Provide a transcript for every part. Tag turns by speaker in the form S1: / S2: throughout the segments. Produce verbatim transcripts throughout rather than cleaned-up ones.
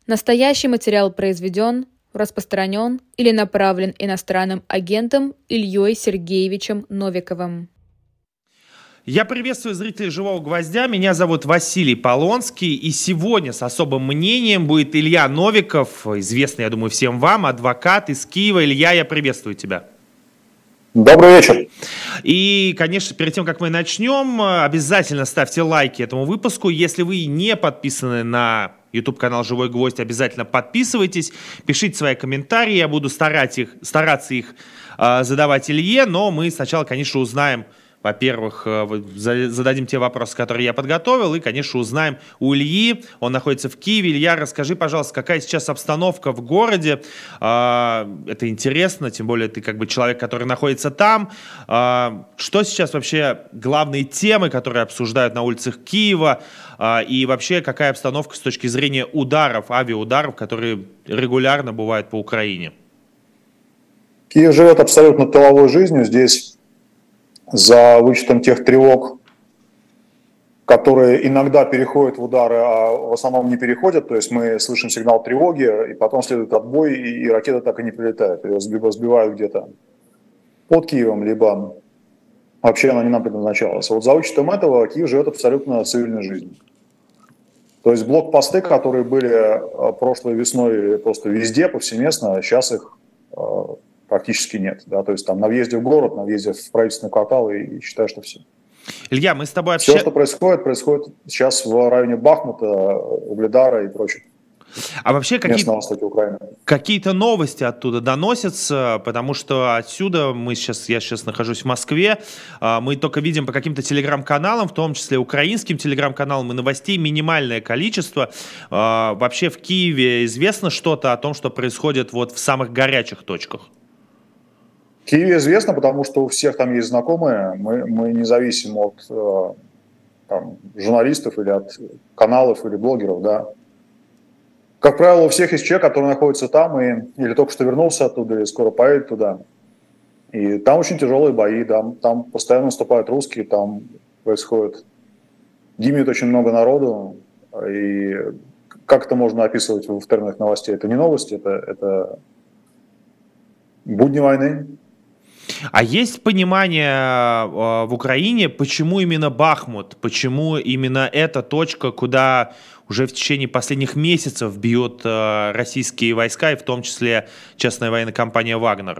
S1: Настоящий материал произведен, распространен или направлен иностранным агентом Ильей Сергеевичем Новиковым.
S2: Я приветствую зрителей «Живого гвоздя». Меня зовут Василий Полонский. И сегодня с особым мнением будет Илья Новиков, известный, я думаю, всем вам, адвокат из Киева. Илья, я приветствую тебя.
S3: Добрый вечер.
S2: И, конечно, перед тем, как мы начнем, обязательно ставьте лайки этому выпуску. Если вы не подписаны на YouTube-канал «Живой гвоздь», обязательно подписывайтесь, пишите свои комментарии. Я буду старать их, стараться их э, задавать Илье, но мы сначала, конечно, узнаем, во-первых, зададим те вопросы, которые я подготовил, и, конечно, узнаем у Ильи. Он находится в Киеве. Илья, расскажи, пожалуйста, какая сейчас обстановка в городе? Это интересно, тем более ты как бы человек, который находится там. Что сейчас вообще главные темы, которые обсуждают на улицах Киева? И вообще, какая обстановка с точки зрения ударов, авиаударов, которые регулярно бывают по Украине?
S3: Киев живет абсолютно тыловой жизнью. Здесь, за вычетом тех тревог, которые иногда переходят в удары, а в основном не переходят, то есть мы слышим сигнал тревоги, и потом следует отбой, и, и ракета так и не прилетает. Ее либо сбивают где-то под Киевом, либо вообще она не нам предназначалась. Вот за вычетом этого Киев живет абсолютно цивильной жизнью. То есть блокпосты, которые были прошлой весной просто везде, повсеместно, сейчас их практически нет, да, то есть там на въезде в город, на въезде в правительственный квартал, и, и считаю, что все.
S2: Илья, мы с тобой общаемся.
S3: Все, что происходит, происходит сейчас в районе Бахмута, Угледара и прочих.
S2: А вообще какие-то,
S3: Украины.
S2: какие-то новости оттуда доносятся, потому что отсюда мы сейчас, я сейчас нахожусь в Москве, мы только видим по каким-то телеграм-каналам, в том числе украинским телеграм-каналам, и новостей минимальное количество. Вообще в Киеве известно что-то о том, что происходит вот в самых горячих точках?
S3: В Киеве известно, потому что у всех там есть знакомые, мы, мы не зависим от э, там, журналистов или от каналов или блогеров, да. Как правило, у всех есть человек, который находится там и или только что вернулся оттуда, или скоро поедет туда. И там очень тяжелые бои, да, там постоянно наступают русские, там происходит, гибнет очень много народу, и как это можно описывать в терминах новостей? Это не новости, это, это будни войны.
S2: А есть понимание э, в Украине, почему именно Бахмут, почему именно эта точка, куда уже в течение последних месяцев бьют э, российские войска, и в том числе частная военная компания «Вагнер»?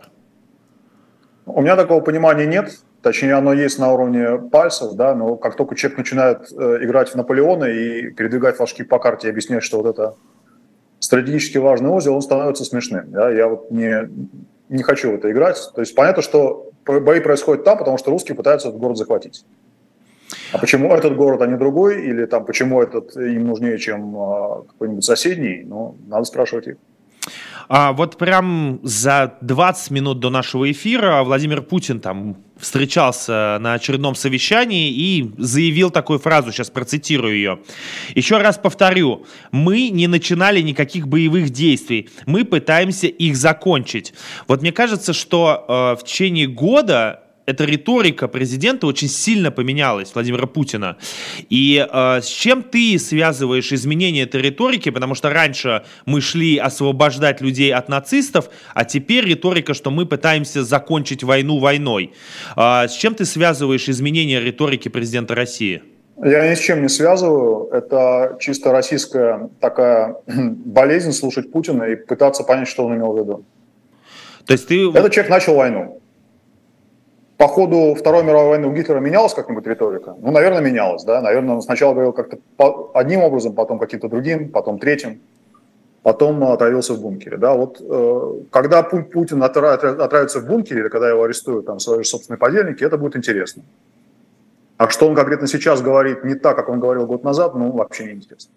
S3: У меня такого понимания нет, точнее оно есть на уровне пальцев, да, но как только человек начинает э, играть в Наполеона и передвигать флажки по карте и объяснять, что вот это стратегически важный узел, он становится смешным. Да? Я вот не... не хочу в это играть. То есть понятно, что бои происходят там, потому что русские пытаются этот город захватить. А почему этот город, а не другой? Или там почему этот им нужнее, чем а, какой-нибудь соседний? Ну, надо спрашивать их.
S2: А вот прям за двадцать минут до нашего эфира Владимир Путин там встречался на очередном совещании и заявил такую фразу, сейчас процитирую ее. Еще раз повторю, мы не начинали никаких боевых действий, мы пытаемся их закончить. Вот мне кажется, что э, в течение года эта риторика президента очень сильно поменялась, Владимира Путина. И э, с чем ты связываешь изменение этой риторики? Потому что раньше мы шли освобождать людей от нацистов, а теперь риторика, что мы пытаемся закончить войну войной. Э, с чем ты связываешь изменение риторики президента России?
S3: Я ни с чем не связываю. Это чисто российская такая болезнь слушать Путина и пытаться понять, что он имел в виду.
S2: То есть ты...
S3: Этот человек начал войну. По ходу Второй мировой войны у Гитлера менялась как-нибудь риторика? Ну, наверное, менялась, да. Наверное, он сначала говорил как-то одним образом, потом каким-то другим, потом третьим, потом отравился в бункере, да. Вот э, когда Путин отравится в бункере, или когда его арестуют там свои собственные подельники, это будет интересно. А что он конкретно сейчас говорит не так, как он говорил год назад, ну, вообще не интересно.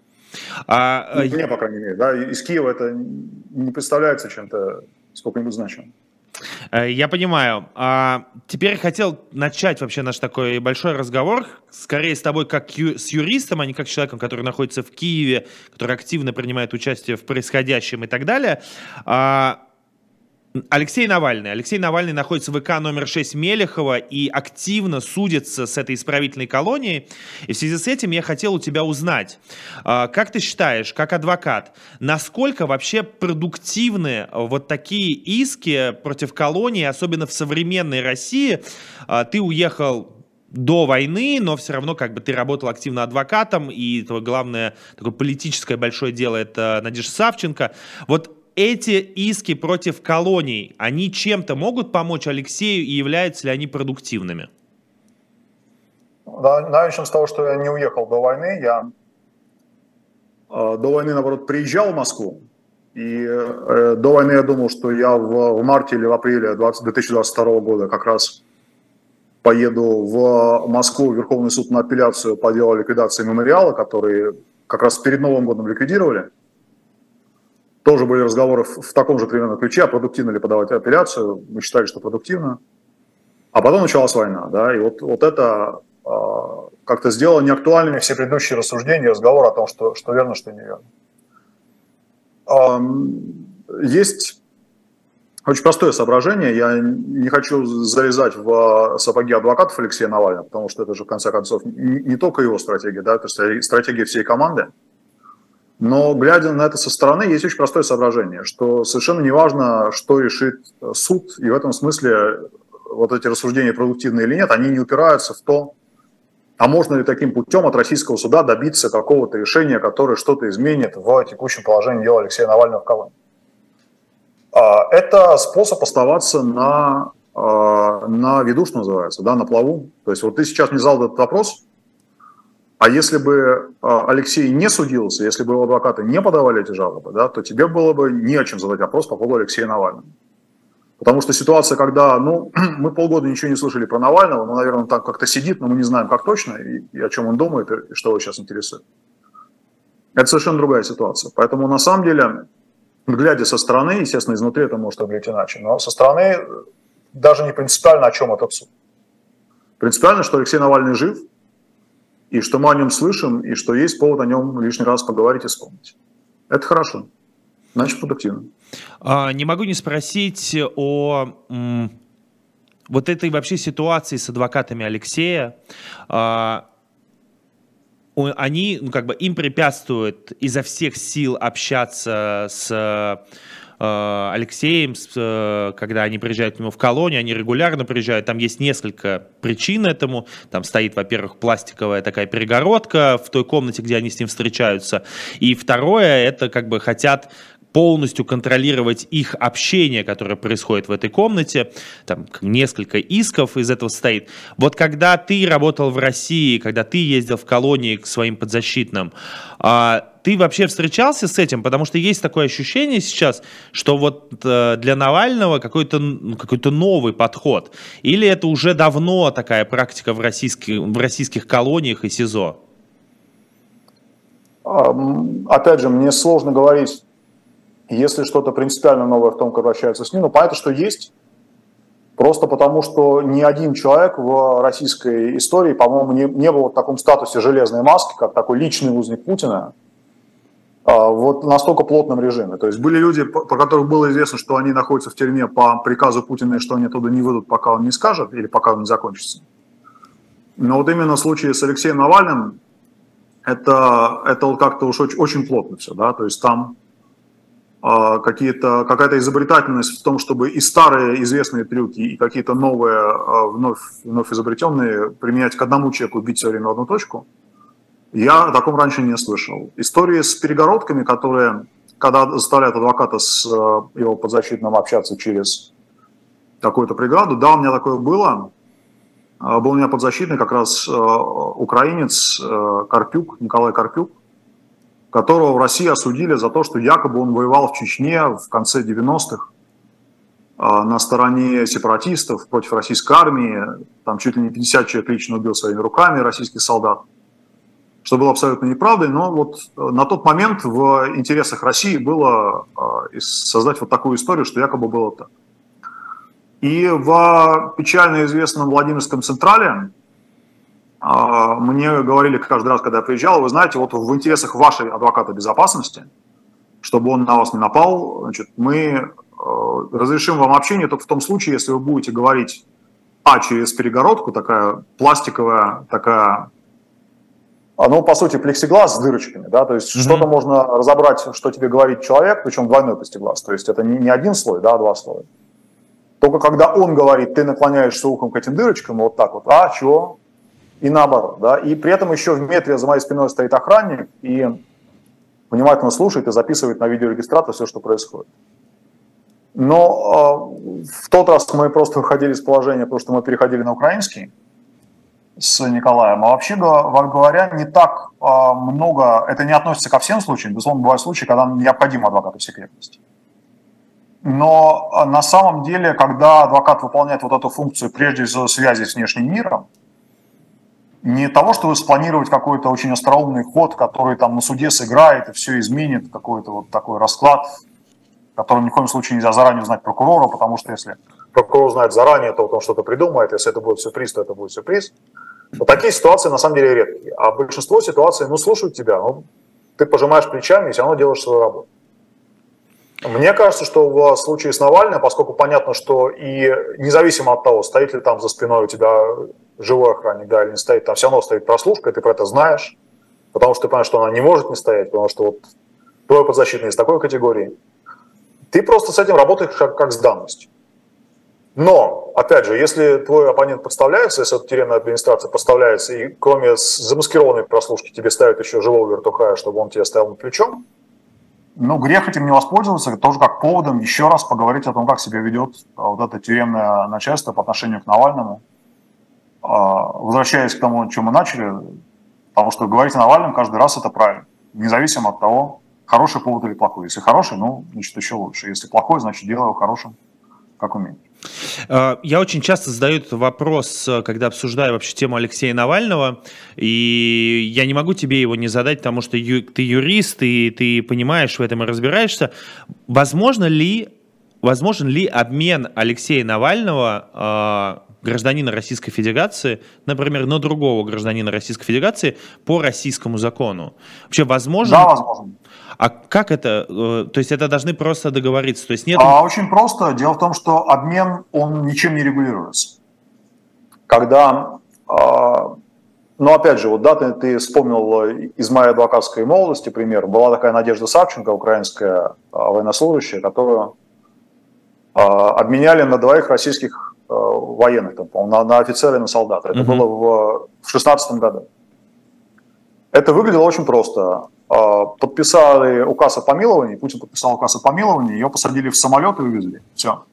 S3: А, ну, мне, по крайней мере, да. Из Киева это не представляется чем-то сколько-нибудь значимым.
S2: Я понимаю. А теперь хотел начать вообще наш такой большой разговор, скорее с тобой как ю- с юристом, а не как с человеком, который находится в Киеве, который активно принимает участие в происходящем и так далее. А Алексей Навальный. Алексей Навальный находится в ВК номер шесть Мелехова и активно судится с этой исправительной колонией. И в связи с этим я хотел у тебя узнать, как ты считаешь, как адвокат, насколько вообще продуктивны вот такие иски против колонии, особенно в современной России? Ты уехал до войны, но все равно как бы ты работал активно адвокатом, и твое главное такое политическое большое дело — это Надежда Савченко. Вот эти иски против колоний, они чем-то могут помочь Алексею, и являются ли они продуктивными?
S3: Да, начнем с того, что я не уехал до войны. Я э, до войны, наоборот, приезжал в Москву. И э, до войны я думал, что я в, в марте или в апреле две тысячи двадцать второго года как раз поеду в Москву, в Верховный суд на апелляцию по делу ликвидации мемориала, который как раз перед Новым годом ликвидировали. Тоже были разговоры в таком же примерно ключе, а продуктивно ли подавать апелляцию. Мы считали, что продуктивно. А потом началась война, да, и вот, вот это э, как-то сделало неактуальными все предыдущие рассуждения, разговоры о том, что, что верно, что неверно. Э, есть очень простое соображение. Я не хочу залезать в сапоги адвокатов Алексея Навального, потому что это же, в конце концов, не, не только его стратегия, да, это стратегия всей команды. Но, глядя на это со стороны, есть очень простое соображение, что совершенно неважно, что решит суд, и в этом смысле вот эти рассуждения, продуктивные или нет, они не упираются в то, а можно ли таким путем от российского суда добиться какого-то решения, которое что-то изменит в текущем положении дела Алексея Навального в колонии. Это способ оставаться на, на виду, что называется, да, на плаву. То есть вот ты сейчас мне задал этот вопрос. А если бы Алексей не судился, если бы его адвокаты не подавали эти жалобы, да, то тебе было бы не о чем задать вопрос по поводу Алексея Навального. Потому что ситуация, когда, ну, мы полгода ничего не слышали про Навального, ну, наверное, он там как-то сидит, но мы не знаем, как точно, и, и о чем он думает, и что его сейчас интересует. Это совершенно другая ситуация. Поэтому, на самом деле, глядя со стороны, естественно, изнутри это может выглядеть иначе, но со стороны даже не принципиально, о чем этот суд. Принципиально, что Алексей Навальный жив, и что мы о нем слышим, и что есть повод о нем лишний раз поговорить и вспомнить. Это хорошо. Значит, продуктивно.
S2: А, не могу не спросить о м, вот этой вообще ситуации с адвокатами Алексея. А, они, ну, как бы, им препятствуют изо всех сил общаться с Алексеем, когда они приезжают к нему в колонию, они регулярно приезжают, там есть несколько причин этому, там стоит, во-первых, пластиковая такая перегородка в той комнате, где они с ним встречаются, и второе, это как бы хотят полностью контролировать их общение, которое происходит в этой комнате, там несколько исков из этого состоит. Вот когда ты работал в России, когда ты ездил в колонии к своим подзащитным, ты вообще встречался с этим? Потому что есть такое ощущение сейчас, что вот для Навального какой-то какой-то новый подход. Или это уже давно такая практика в российских, в российских колониях и СИЗО?
S3: Опять же, мне сложно говорить, если что-то принципиально новое в том, как обращаются с ним. Но понятно, что есть. Просто потому, что ни один человек в российской истории, по-моему, не, не был в таком статусе железной маски, как такой личный узник Путина, вот настолько плотном режиме. То есть были люди, про которых было известно, что они находятся в тюрьме по приказу Путина, и что они оттуда не выйдут, пока он не скажет, или пока он не закончится. Но вот именно в случае с Алексеем Навальным это, это вот как-то уж очень, очень плотно все, да, то есть там какие-то, какая-то изобретательность в том, чтобы и старые известные трюки, и какие-то новые, вновь, вновь изобретенные применять к одному человеку, бить все время в одну точку. Я о таком раньше не слышал. Истории с перегородками, которые, когда заставляют адвоката с его подзащитным общаться через какую-то преграду, да, у меня такое было. Был у меня подзащитный как раз украинец Карпюк, Николай Карпюк, которого в России осудили за то, что якобы он воевал в Чечне в конце девяностых на стороне сепаратистов против российской армии. Там чуть ли не пятьдесят человек лично убил своими руками российских солдат, что было абсолютно неправдой. Но вот на тот момент в интересах России было создать вот такую историю, что якобы было так. И в печально известном Владимирском Централе мне говорили каждый раз, когда я приезжал, вы знаете, вот в интересах вашей адвоката безопасности, чтобы он на вас не напал, значит, мы э, разрешим вам общение только в том случае, если вы будете говорить а через перегородку, такая пластиковая, такая, ну, по сути, плексиглаз с дырочками, да, то есть mm-hmm. что-то можно разобрать, что тебе говорит человек, причем двойной плексиглаз, то есть это не, не один слой, да, а два слоя. Только когда он говорит, ты наклоняешься ухом к этим дырочкам, вот так вот, а, чего? И наоборот, да, и при этом еще в метре за моей спиной стоит охранник и внимательно слушает и записывает на видеорегистратор все, что происходит. Но э, в тот раз мы просто выходили из положения, потому что мы переходили на украинский с Николаем. А вообще говоря, не так э, много, это не относится ко всем случаям, безусловно, бывают случаи, когда необходим адвокату секретности. Но э, на самом деле, когда адвокат выполняет вот эту функцию, прежде всего, связи с внешним миром, не того, чтобы спланировать какой-то очень остроумный ход, который там на суде сыграет и все изменит, какой-то вот такой расклад, который ни в коем случае нельзя заранее узнать прокурора, потому что если прокурор знает заранее, то он что-то придумает, если это будет сюрприз, то это будет сюрприз. Но такие ситуации на самом деле редкие. А большинство ситуаций, ну, слушают тебя, ну, ты пожимаешь плечами и все равно делаешь свою работу. Мне кажется, что в случае с Навальным, поскольку понятно, что и независимо от того, стоит ли там за спиной у тебя живой охранник, да, или не стоит, там все равно стоит прослушка, и ты про это знаешь, потому что ты понимаешь, что она не может не стоять, потому что вот твой подзащитный из такой категории. Ты просто с этим работаешь как, как с данностью. Но, опять же, если твой оппонент подставляется, если тюремная администрация подставляется, и кроме замаскированной прослушки тебе ставят еще живого вертухая, чтобы он тебе стоял над плечом, ну, грех этим не воспользоваться, тоже как поводом еще раз поговорить о том, как себя ведет вот это тюремное начальство по отношению к Навальному. Возвращаясь к тому, чем мы начали, потому что говорить о Навальном каждый раз это правильно, независимо от того, хороший повод или плохой. Если хороший, ну, значит, еще лучше. Если плохой, значит, делай его хорошим, как умеешь.
S2: Я очень часто задаю этот вопрос, когда обсуждаю вообще тему Алексея Навального, и я не могу тебе его не задать, потому что ю, ты юрист, и ты понимаешь в этом и разбираешься. Возможно ли, возможен ли обмен Алексея Навального, э, гражданина Российской Федерации, например, на другого гражданина Российской Федерации по российскому закону? Вообще возможно?
S3: Да, возможно.
S2: А как это? То есть это должны просто договориться? То есть нет...
S3: а, очень просто. Дело в том, что обмен, он ничем не регулируется. Когда, а, ну опять же, вот да, ты, ты вспомнил из моей адвокатской молодости пример. Была такая Надежда Савченко, украинская а, военнослужащая, которую а, обменяли на двоих российских а, военных, там, на, на офицера и на солдата. Это uh-huh. было в шестнадцатом году. Это выглядело очень просто. Подписали указ о помиловании, Путин подписал указ о помиловании, ее посадили в самолет и увезли. Все.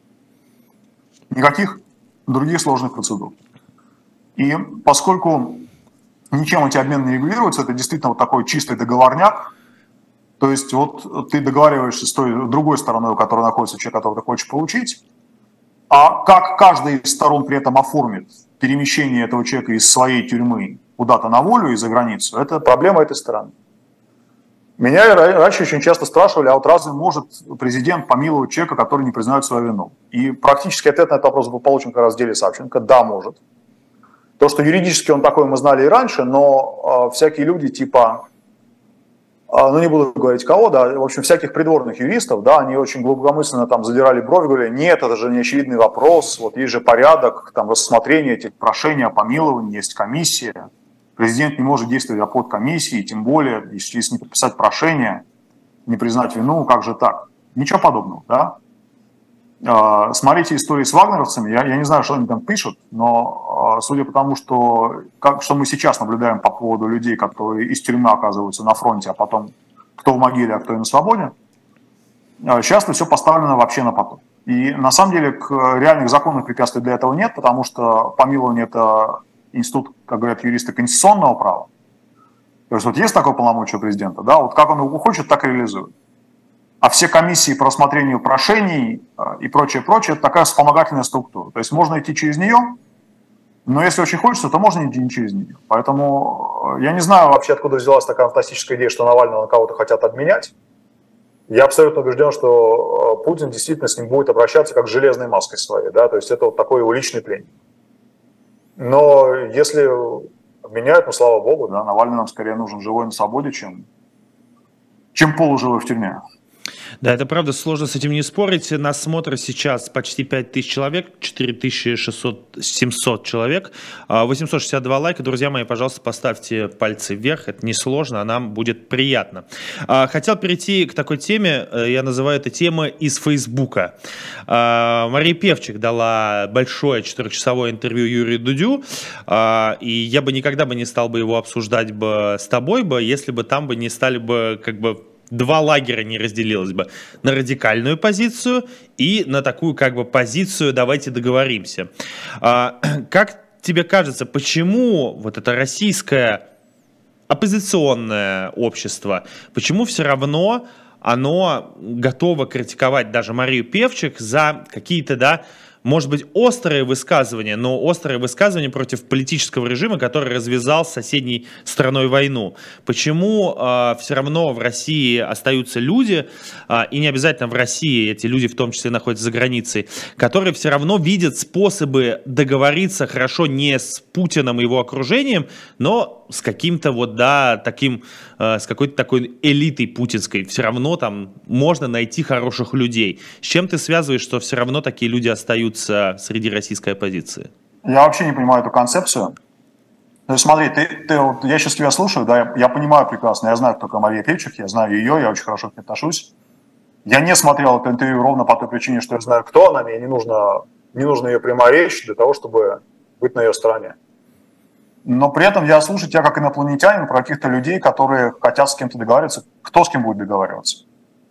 S3: Никаких других сложных процедур. И поскольку ничем эти обмены не регулируются, это действительно вот такой чистый договорняк. То есть вот ты договариваешься с той другой стороной, у которой находится человек, которого ты хочешь получить, а как каждая из сторон при этом оформит перемещение этого человека из своей тюрьмы куда-то на волю и за границу, это проблема этой стороны. Меня раньше очень часто спрашивали, а вот разве может президент помиловать человека, который не признает свою вину? И практически ответ на этот вопрос был получен как раз в деле Савченко. Да, может. То, что юридически он такой, мы знали и раньше, но э, всякие люди типа, э, ну не буду говорить кого, да, в общем, всяких придворных юристов, да, они очень глубокомысленно там задирали бровь, говорили, нет, это же не очевидный вопрос, вот есть же порядок там рассмотрения этих прошений о помиловании, есть комиссия. Президент не может действовать от подкомиссии, тем более, если, если не подписать прошение, не признать вину, как же так? Ничего подобного, да? Э, смотрите истории с вагнеровцами, я, я не знаю, что они там пишут, но э, судя по тому, что, как, что мы сейчас наблюдаем по поводу людей, которые из тюрьмы оказываются на фронте, а потом кто в могиле, а кто и на свободе, э, сейчас все поставлено вообще на потом. И на самом деле к реальных законных препятствий для этого нет, потому что помилование – это институт, как говорят юристы, конституционного права. То есть вот есть такое полномочие президента, да, вот как он его хочет, так и реализует. А все комиссии по рассмотрению прошений и прочее, прочее, это такая вспомогательная структура. То есть можно идти через нее, но если очень хочется, то можно идти не через нее. Поэтому я не знаю вообще, откуда взялась такая фантастическая идея, что Навального на кого-то хотят обменять. Я абсолютно убежден, что Путин действительно с ним будет обращаться как с железной маской своей, да, то есть это вот такой его личный пленник. Но если обменяют, ну, слава богу, да, Навальный нам скорее нужен живой на свободе, чем, чем полуживой в тюрьме.
S2: Да, это правда, сложно с этим не спорить. Нас смотрит сейчас почти пять тысяч человек, четыре тысячи шестьсот семьсот человек, восемьсот шестьдесят два лайка. Друзья мои, пожалуйста, поставьте пальцы вверх, это несложно, а нам будет приятно. Хотел перейти к такой теме, я называю это тема из Фейсбука. Мария Певчик дала большое четырехчасовое интервью Юрию Дудю, и я бы никогда бы не стал бы его обсуждать бы с тобой, бы, если бы там бы не стали бы как бы два лагеря не разделилось бы на радикальную позицию и на такую как бы позицию «давайте договоримся». А, как тебе кажется, почему вот это российское оппозиционное общество, почему все равно оно готово критиковать даже Марию Певчик за какие-то, да, может быть, острые высказывания, но острые высказывания против политического режима, который развязал с соседней страной войну. Почему э, все равно в России остаются люди, э, и не обязательно в России, эти люди в том числе находятся за границей, которые все равно видят способы договориться хорошо не с Путиным и его окружением, но с каким-то вот, да, таким, э, с какой-то такой элитой путинской. Все равно там можно найти хороших людей. С чем ты связываешь, что все равно такие люди остаются среди российской оппозиции?
S3: Я вообще не понимаю эту концепцию. То есть смотри, ты, ты, вот, я сейчас тебя слушаю, да, я, я понимаю прекрасно, я знаю, кто такая Мария Певчик, я знаю ее, я очень хорошо к ней отношусь. Я не смотрел это интервью ровно по той причине, что я знаю, кто она, мне не нужно, не нужна ее прямая речь для того, чтобы быть на ее стороне. Но при этом я слушаю тебя как инопланетянин про каких-то людей, которые хотят с кем-то договариваться. Кто с кем будет договариваться?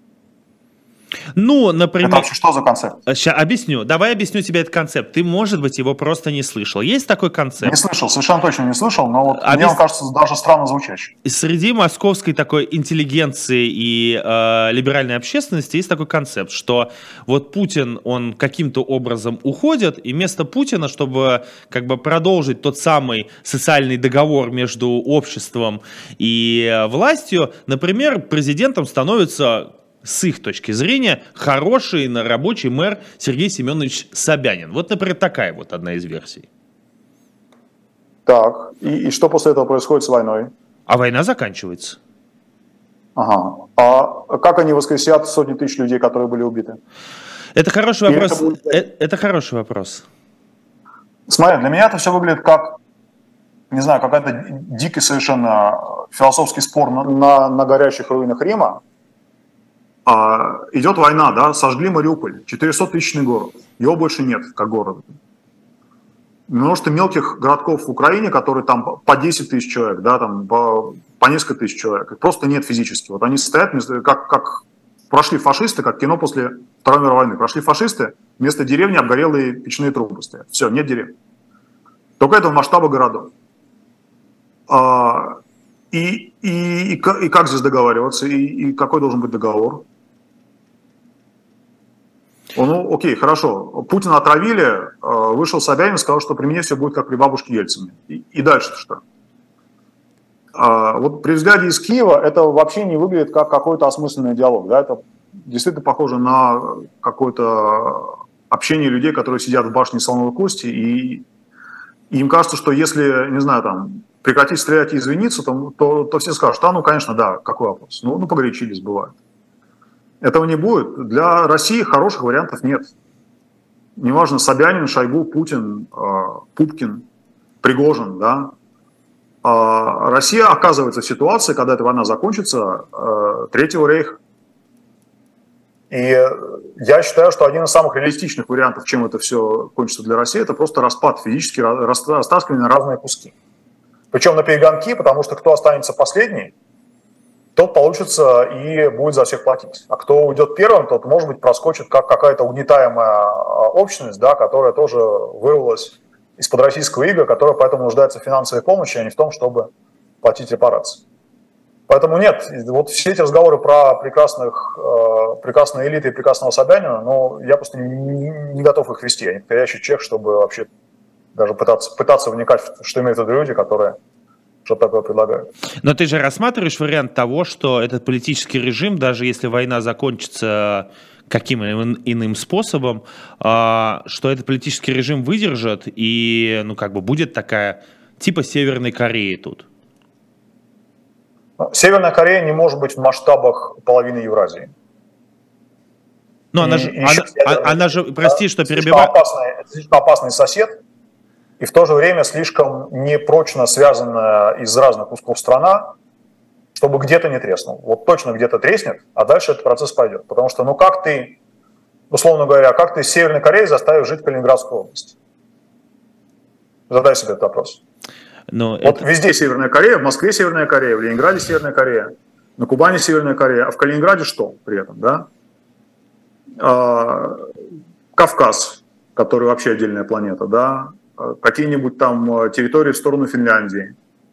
S2: Ну, например...
S3: Это вообще что за концепт?
S2: Сейчас объясню. Давай объясню тебе этот концепт. Ты, может быть, его просто не слышал. Есть такой концепт?
S3: Не слышал, совершенно точно не слышал, но вот
S2: Объяс...
S3: мне он кажется даже странно звучащий.
S2: Среди московской такой интеллигенции и э, либеральной общественности есть такой концепт, что вот Путин, он каким-то образом уходит, и вместо Путина, чтобы как бы продолжить тот самый социальный договор между обществом и властью, например, президентом становится, с их точки зрения, хороший рабочий мэр Сергей Семенович Собянин. Вот, например, такая вот одна из версий.
S3: Так, и, и что после этого происходит с войной?
S2: А война заканчивается.
S3: Ага. А как они воскресят сотни тысяч людей, которые были убиты?
S2: Это хороший вопрос.
S3: Это, будет...
S2: это, это хороший вопрос.
S3: Смотри, для меня это все выглядит как, не знаю, какой-то дикий совершенно философский спор на, на, на горящих руинах Рима. А, идет война, да, сожгли Мариуполь, четырехсоттысячный город, его больше нет, как город. Множество мелких городков в Украине, которые там по десять тысяч человек, да, там по, по несколько тысяч человек, их просто нет физически. Вот они стоят, как, как прошли фашисты, как кино после Второй мировой войны, прошли фашисты, вместо деревни обгорелые печные трубы стоят. Все, нет деревни. Только этого масштаба городов. А, и, и, и, и как здесь договариваться, и, и какой должен быть договор? Ну, окей, хорошо. Путина отравили, вышел Собянин и сказал, что при мне все будет как при бабушке Ельцине. И, и дальше что? А, вот при взгляде из Киева это вообще не выглядит как какой-то осмысленный диалог. Да? Это действительно похоже на какое-то общение людей, которые сидят в башне Слоновой Кости, и, и им кажется, что если, не знаю, там, прекратить стрелять и извиниться, то, то, то все скажут, а ну, конечно, да, какой вопрос. Ну, ну погорячились, бывает. Этого не будет. Для России хороших вариантов нет. Неважно, Собянин, Шойгу, Путин, Пупкин, Пригожин, да. Россия оказывается в ситуации, когда эта война закончится, Третьего рейха. И я считаю, что один из самых реалистичных вариантов, чем это все кончится для России, это просто распад, физически растаскивание на разные куски. Причем на перегонки, потому что кто останется последний, тот получится и будет за всех платить. А кто уйдет первым, тот, может быть, проскочит как какая-то угнетаемая общность, да, которая тоже вырвалась из-под российского ига, которая поэтому нуждается в финансовой помощи, а не в том, чтобы платить репарации. Поэтому нет, вот все эти разговоры про прекрасных, прекрасные элиты и прекрасного Собянина, ну, я просто не, не готов их вести. Я не подходящий человек, чтобы вообще даже пытаться, пытаться вникать, что имеют в виду люди, которые что-то такое предлагают.
S2: Но ты же рассматриваешь вариант того, что этот политический режим, даже если война закончится каким иным способом, что этот политический режим выдержит и, ну, как бы будет такая типа Северной Кореи тут?
S3: Северная Корея не может быть в масштабах половины Евразии.
S2: Но она же, она, она, она же, прости, да, что перебиваю.
S3: Это слишком опасный сосед, и в то же время слишком непрочно связанная из разных кусков страна, чтобы где-то не треснул. Вот точно где-то треснет, а дальше этот процесс пойдет. Потому что, ну как ты, условно говоря, как ты Северной Кореи заставишь жить в Калининградской области? Задай себе этот вопрос. Но вот это... везде Северная Корея, в Москве Северная Корея, в Ленинграде Северная Корея, на Кубани Северная Корея, а в Калининграде что при этом, да? А, Кавказ, который вообще отдельная планета, да? Какие-нибудь там территории в сторону Финляндии,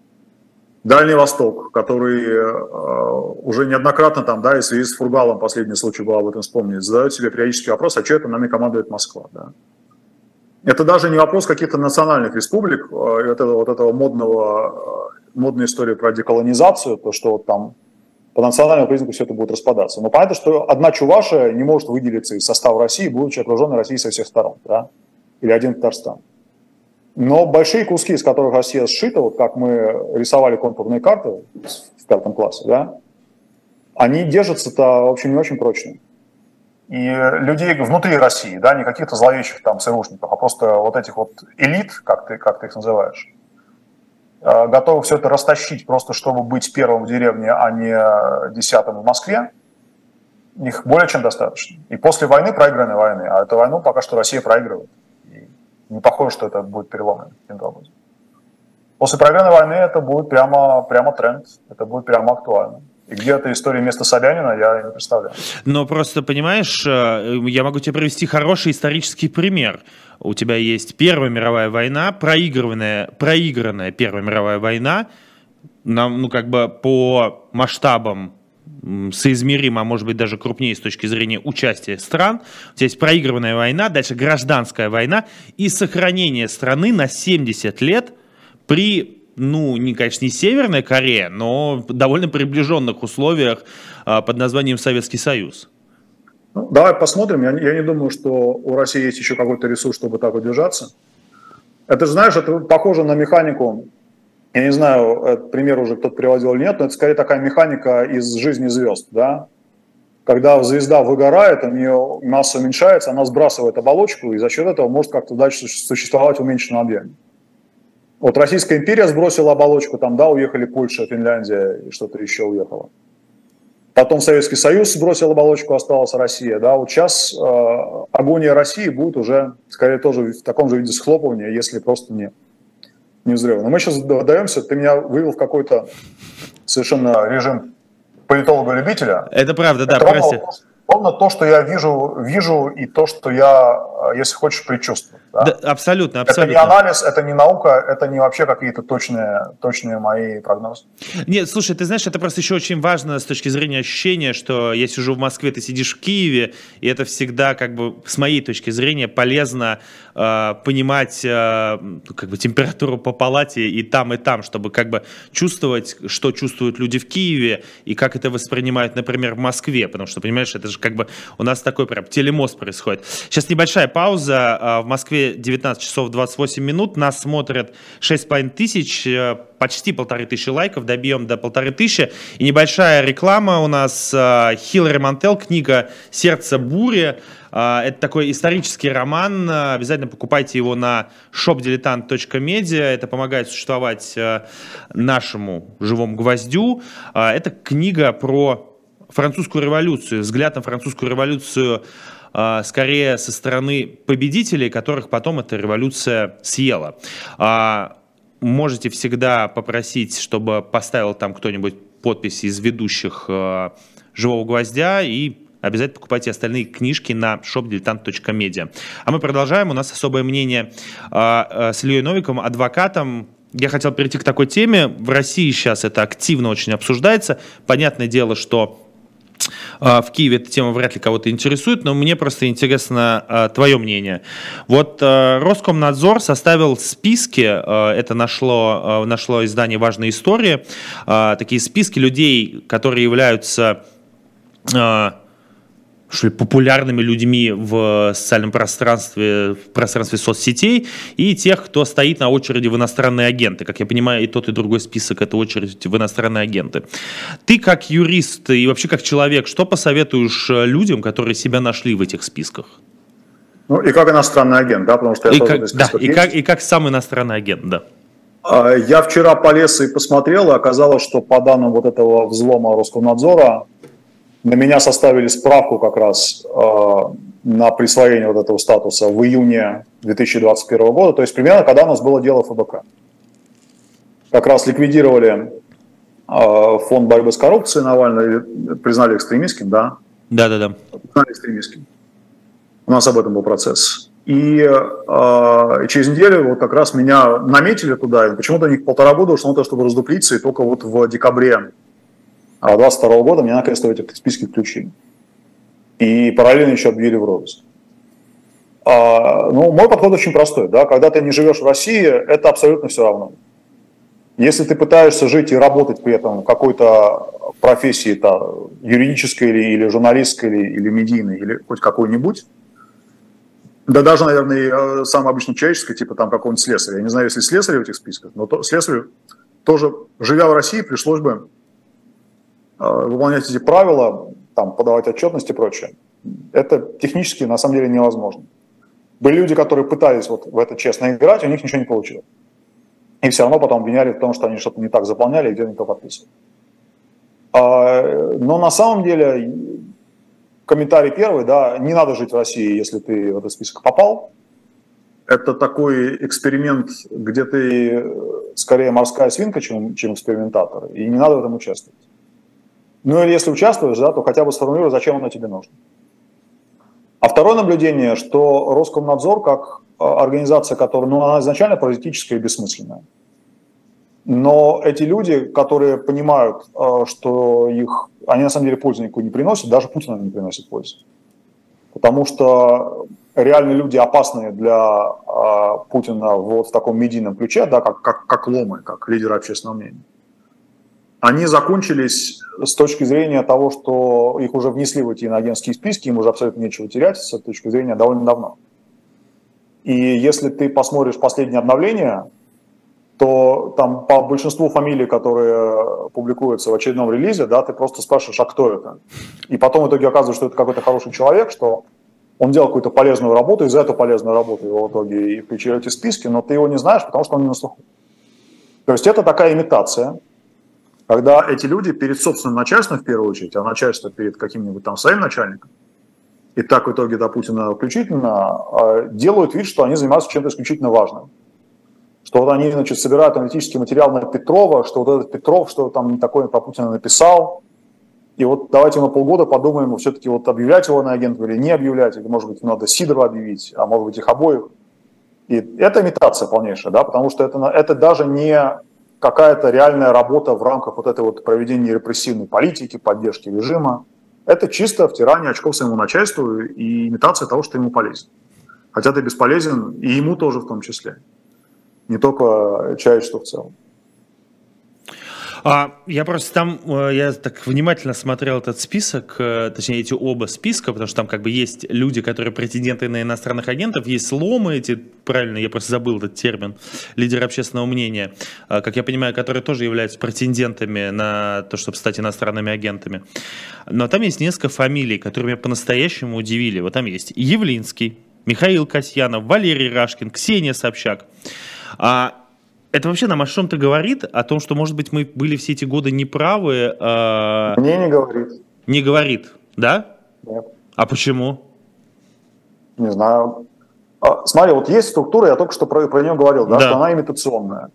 S3: Дальний Восток, который э, уже неоднократно там, да, и в связи с Фургалом, последний случай был об этом вспомнить, задают себе периодический вопрос, а что это нами командует Москва, да? Это даже не вопрос каких-то национальных республик, э, это, вот этого модного, э, модной истории про деколонизацию, то, что вот там по национальному признаку все это будет распадаться. Но понятно, что одна Чувашия не может выделиться из состава России, будучи окруженной Россией со всех сторон, да? Или один Татарстан. Но большие куски, из которых Россия сшита, вот как мы рисовали контурные карты в пятом классе, да, они держатся-то, в общем, не очень прочно. И людей внутри России, да, не каких-то зловещих там ЦРУшников, а просто вот этих вот элит, как ты, как ты их называешь, готовы все это растащить просто, чтобы быть первым в деревне, а не десятым в Москве, их более чем достаточно. И после войны, проигранной войны, а эту войну пока что Россия проигрывает. Не похоже, что это будет переломным каким-то образом. После проигранной войны это будет прямо, прямо тренд, это будет прямо актуально. И где эта история вместо Собянина, я не представляю.
S2: Но просто, понимаешь, я могу тебе привести хороший исторический пример. У тебя есть Первая мировая война, проигранная, проигранная Первая мировая война, нам, ну, как бы по масштабам соизмеримо, а может быть даже крупнее с точки зрения участия стран. У тебя есть проигранная война, дальше гражданская война и сохранение страны на семьдесят лет при, ну, не, конечно, не Северной Корее, но довольно приближенных условиях а, под названием Советский Союз.
S3: Ну, давай посмотрим. Я, я не думаю, что у России есть еще какой-то ресурс, чтобы так удержаться. Это же, знаешь, это похоже на механику. Я не знаю, этот пример уже кто-то приводил или нет, но это скорее такая механика из жизни звезд, да? Когда звезда выгорает, у нее масса уменьшается, она сбрасывает оболочку, и за счет этого может как-то дальше существовать в уменьшенном объеме. Вот Российская империя сбросила оболочку, там, да, уехали Польша, Финляндия и что-то еще уехало. Потом Советский Союз сбросил оболочку, осталась Россия, да? Вот сейчас э, агония России будет уже, скорее, тоже в таком же виде схлопывания, если просто не... не взрыва. Но мы сейчас додаемся, ты меня вывел в какой-то совершенно режим политолога-любителя.
S2: Это правда, да,
S3: это
S2: прости.
S3: Ровно, ровно то, что я вижу, вижу и то, что я, если хочешь, предчувствую. Да?
S2: Да, абсолютно, абсолютно.
S3: Это не анализ, это не наука, это не вообще какие-то точные, точные мои прогнозы.
S2: Нет, слушай, ты знаешь, это просто еще очень важно с точки зрения ощущения, что я сижу в Москве, ты сидишь в Киеве, и это всегда, как бы, с моей точки зрения, полезно э, понимать э, как бы, температуру по палате и там, и там, чтобы как бы чувствовать, что чувствуют люди в Киеве и как это воспринимают, например, в Москве, потому что, понимаешь, это же как бы у нас такой прям телемост происходит. Сейчас небольшая пауза. В Москве девятнадцать часов двадцать восемь минут. Нас смотрят шесть с половиной тысяч, почти полторы тысячи лайков. Добьем до полторы тысячи. И небольшая реклама у нас. Хиллари Мантел, книга «Сердце бури». Это такой исторический роман. Обязательно покупайте его на шоп дилетант точка медиа. Это помогает существовать нашему живому гвоздю. Это книга про французскую революцию, взгляд на французскую революцию э, скорее со стороны победителей, которых потом эта революция съела. Э, можете всегда попросить, чтобы поставил там кто-нибудь подпись из ведущих э, «Живого гвоздя», и обязательно покупайте остальные книжки на шоп дилетант точка медиа. А мы продолжаем. У нас особое мнение э, э, с Ильей Новиковым, адвокатом. Я хотел перейти к такой теме. В России сейчас это активно очень обсуждается. Понятное дело, что в Киеве эта тема вряд ли кого-то интересует, но мне просто интересно а, твое мнение. Вот а, Роскомнадзор составил списки, а, это нашло, а, нашло издание «Важные истории», а, такие списки людей, которые являются, а, что ли, популярными людьми в социальном пространстве, в пространстве соцсетей, и тех, кто стоит на очереди в иностранные агенты. Как я понимаю, и тот, и другой список — это очередь в иностранные агенты. Ты как юрист и вообще как человек, что посоветуешь людям, которые себя нашли в этих списках?
S3: Ну, и как иностранный агент, да, потому что я
S2: и
S3: тоже
S2: как, да, и как, и как сам иностранный агент, да.
S3: Я вчера полез и посмотрел, и оказалось, что по данным вот этого взлома Роскомнадзора на меня составили справку как раз э, на присвоение вот этого статуса в июне две тысячи двадцать первого года, то есть примерно когда у нас было дело ФБК. Как раз ликвидировали э, фонд борьбы с коррупцией Навального, признали экстремистским, да?
S2: Да-да-да.
S3: Признали экстремистским. У нас об этом был процесс. И э, через неделю вот как раз меня наметили туда, и почему-то у них полтора года ушло на то, чтобы раздуплиться, и только вот в декабре две тысячи двадцать второго года меня наконец-то в эти списки включили. И параллельно еще объявили в розыск. А, ну, мой подход очень простой. Да? Когда ты не живешь в России, это абсолютно все равно. Если ты пытаешься жить и работать при этом в какой-то профессии, то юридической или, или журналистской, или, или медийной, или хоть какой-нибудь, да даже, наверное, самой обычной человеческой, типа там какого-нибудь слесаря. Я не знаю, если слесарь в этих списках, но то, слесарю тоже, живя в России, пришлось бы выполнять эти правила, там, подавать отчетность и прочее. Это технически, на самом деле, невозможно. Были люди, которые пытались вот в это честно играть, у них ничего не получилось. И все равно потом обвиняли в том, что они что-то не так заполняли и где-то не то подписывали. Но на самом деле, комментарий первый, да, не надо жить в России, если ты в этот список попал. Это такой эксперимент, где ты скорее морская свинка, чем, чем экспериментатор, и не надо в этом участвовать. Ну или если участвуешь, да, то хотя бы сформулируй, зачем оно тебе нужно. А второе наблюдение, что Роскомнадзор, как организация, которая, ну, она изначально паразитическая и бессмысленная. Но эти люди, которые понимают, что их, они на самом деле пользу никакой не приносят, даже Путину не приносят пользу. Потому что реальные люди, опасные для Путина вот в таком медийном ключе, да, как, как, как ломы, как лидеры общественного мнения, они закончились с точки зрения того, что их уже внесли в эти иноагентские списки, им уже абсолютно нечего терять, с этой точки зрения довольно давно. И если ты посмотришь последнее обновление, то там по большинству фамилий, которые публикуются в очередном релизе, да, ты просто спрашиваешь, а кто это? И потом в итоге оказывается, что это какой-то хороший человек, что он делал какую-то полезную работу, и за эту полезную работу его в итоге и включили в эти списки, но ты его не знаешь, потому что он не на слуху. То есть это такая имитация, когда эти люди перед собственным начальством, в первую очередь, а начальство перед каким-нибудь там своим начальником, и так в итоге до Путина включительно, делают вид, что они занимаются чем-то исключительно важным. Что вот они, значит, собирают аналитический материал на Петрова, что вот этот Петров, что там такое про Путина написал, и вот давайте на полгода подумаем, все-таки вот объявлять его на агентов или не объявлять, или, может быть, надо Сидорова объявить, а может быть, их обоих. И это имитация полнейшая, да, потому что это, это даже не какая-то реальная работа в рамках вот этой вот проведения репрессивной политики, поддержки режима. Это чисто втирание очков своему начальству и имитация того, что ему полезен. Хотя ты бесполезен, и ему тоже в том числе. Не только человечеству в целом.
S2: А, я просто там, я так внимательно смотрел этот список, точнее эти оба списка, потому что там как бы есть люди, которые претенденты на иностранных агентов, есть сломы эти, правильно, я просто забыл этот термин, лидеры общественного мнения, как я понимаю, которые тоже являются претендентами на то, чтобы стать иностранными агентами. Но там есть несколько фамилий, которые меня по-настоящему удивили. Вот там есть Явлинский, Михаил Касьянов, Валерий Рашкин, Ксения Собчак. А это вообще нам о чем-то говорит? О том, что, может быть, мы были все эти годы неправы? Э...
S3: Мне не говорит.
S2: Не говорит, да?
S3: Нет.
S2: А почему?
S3: Не знаю. А, смотри, вот есть структура, я только что про, про нее говорил, да,
S2: да.
S3: что она имитационная.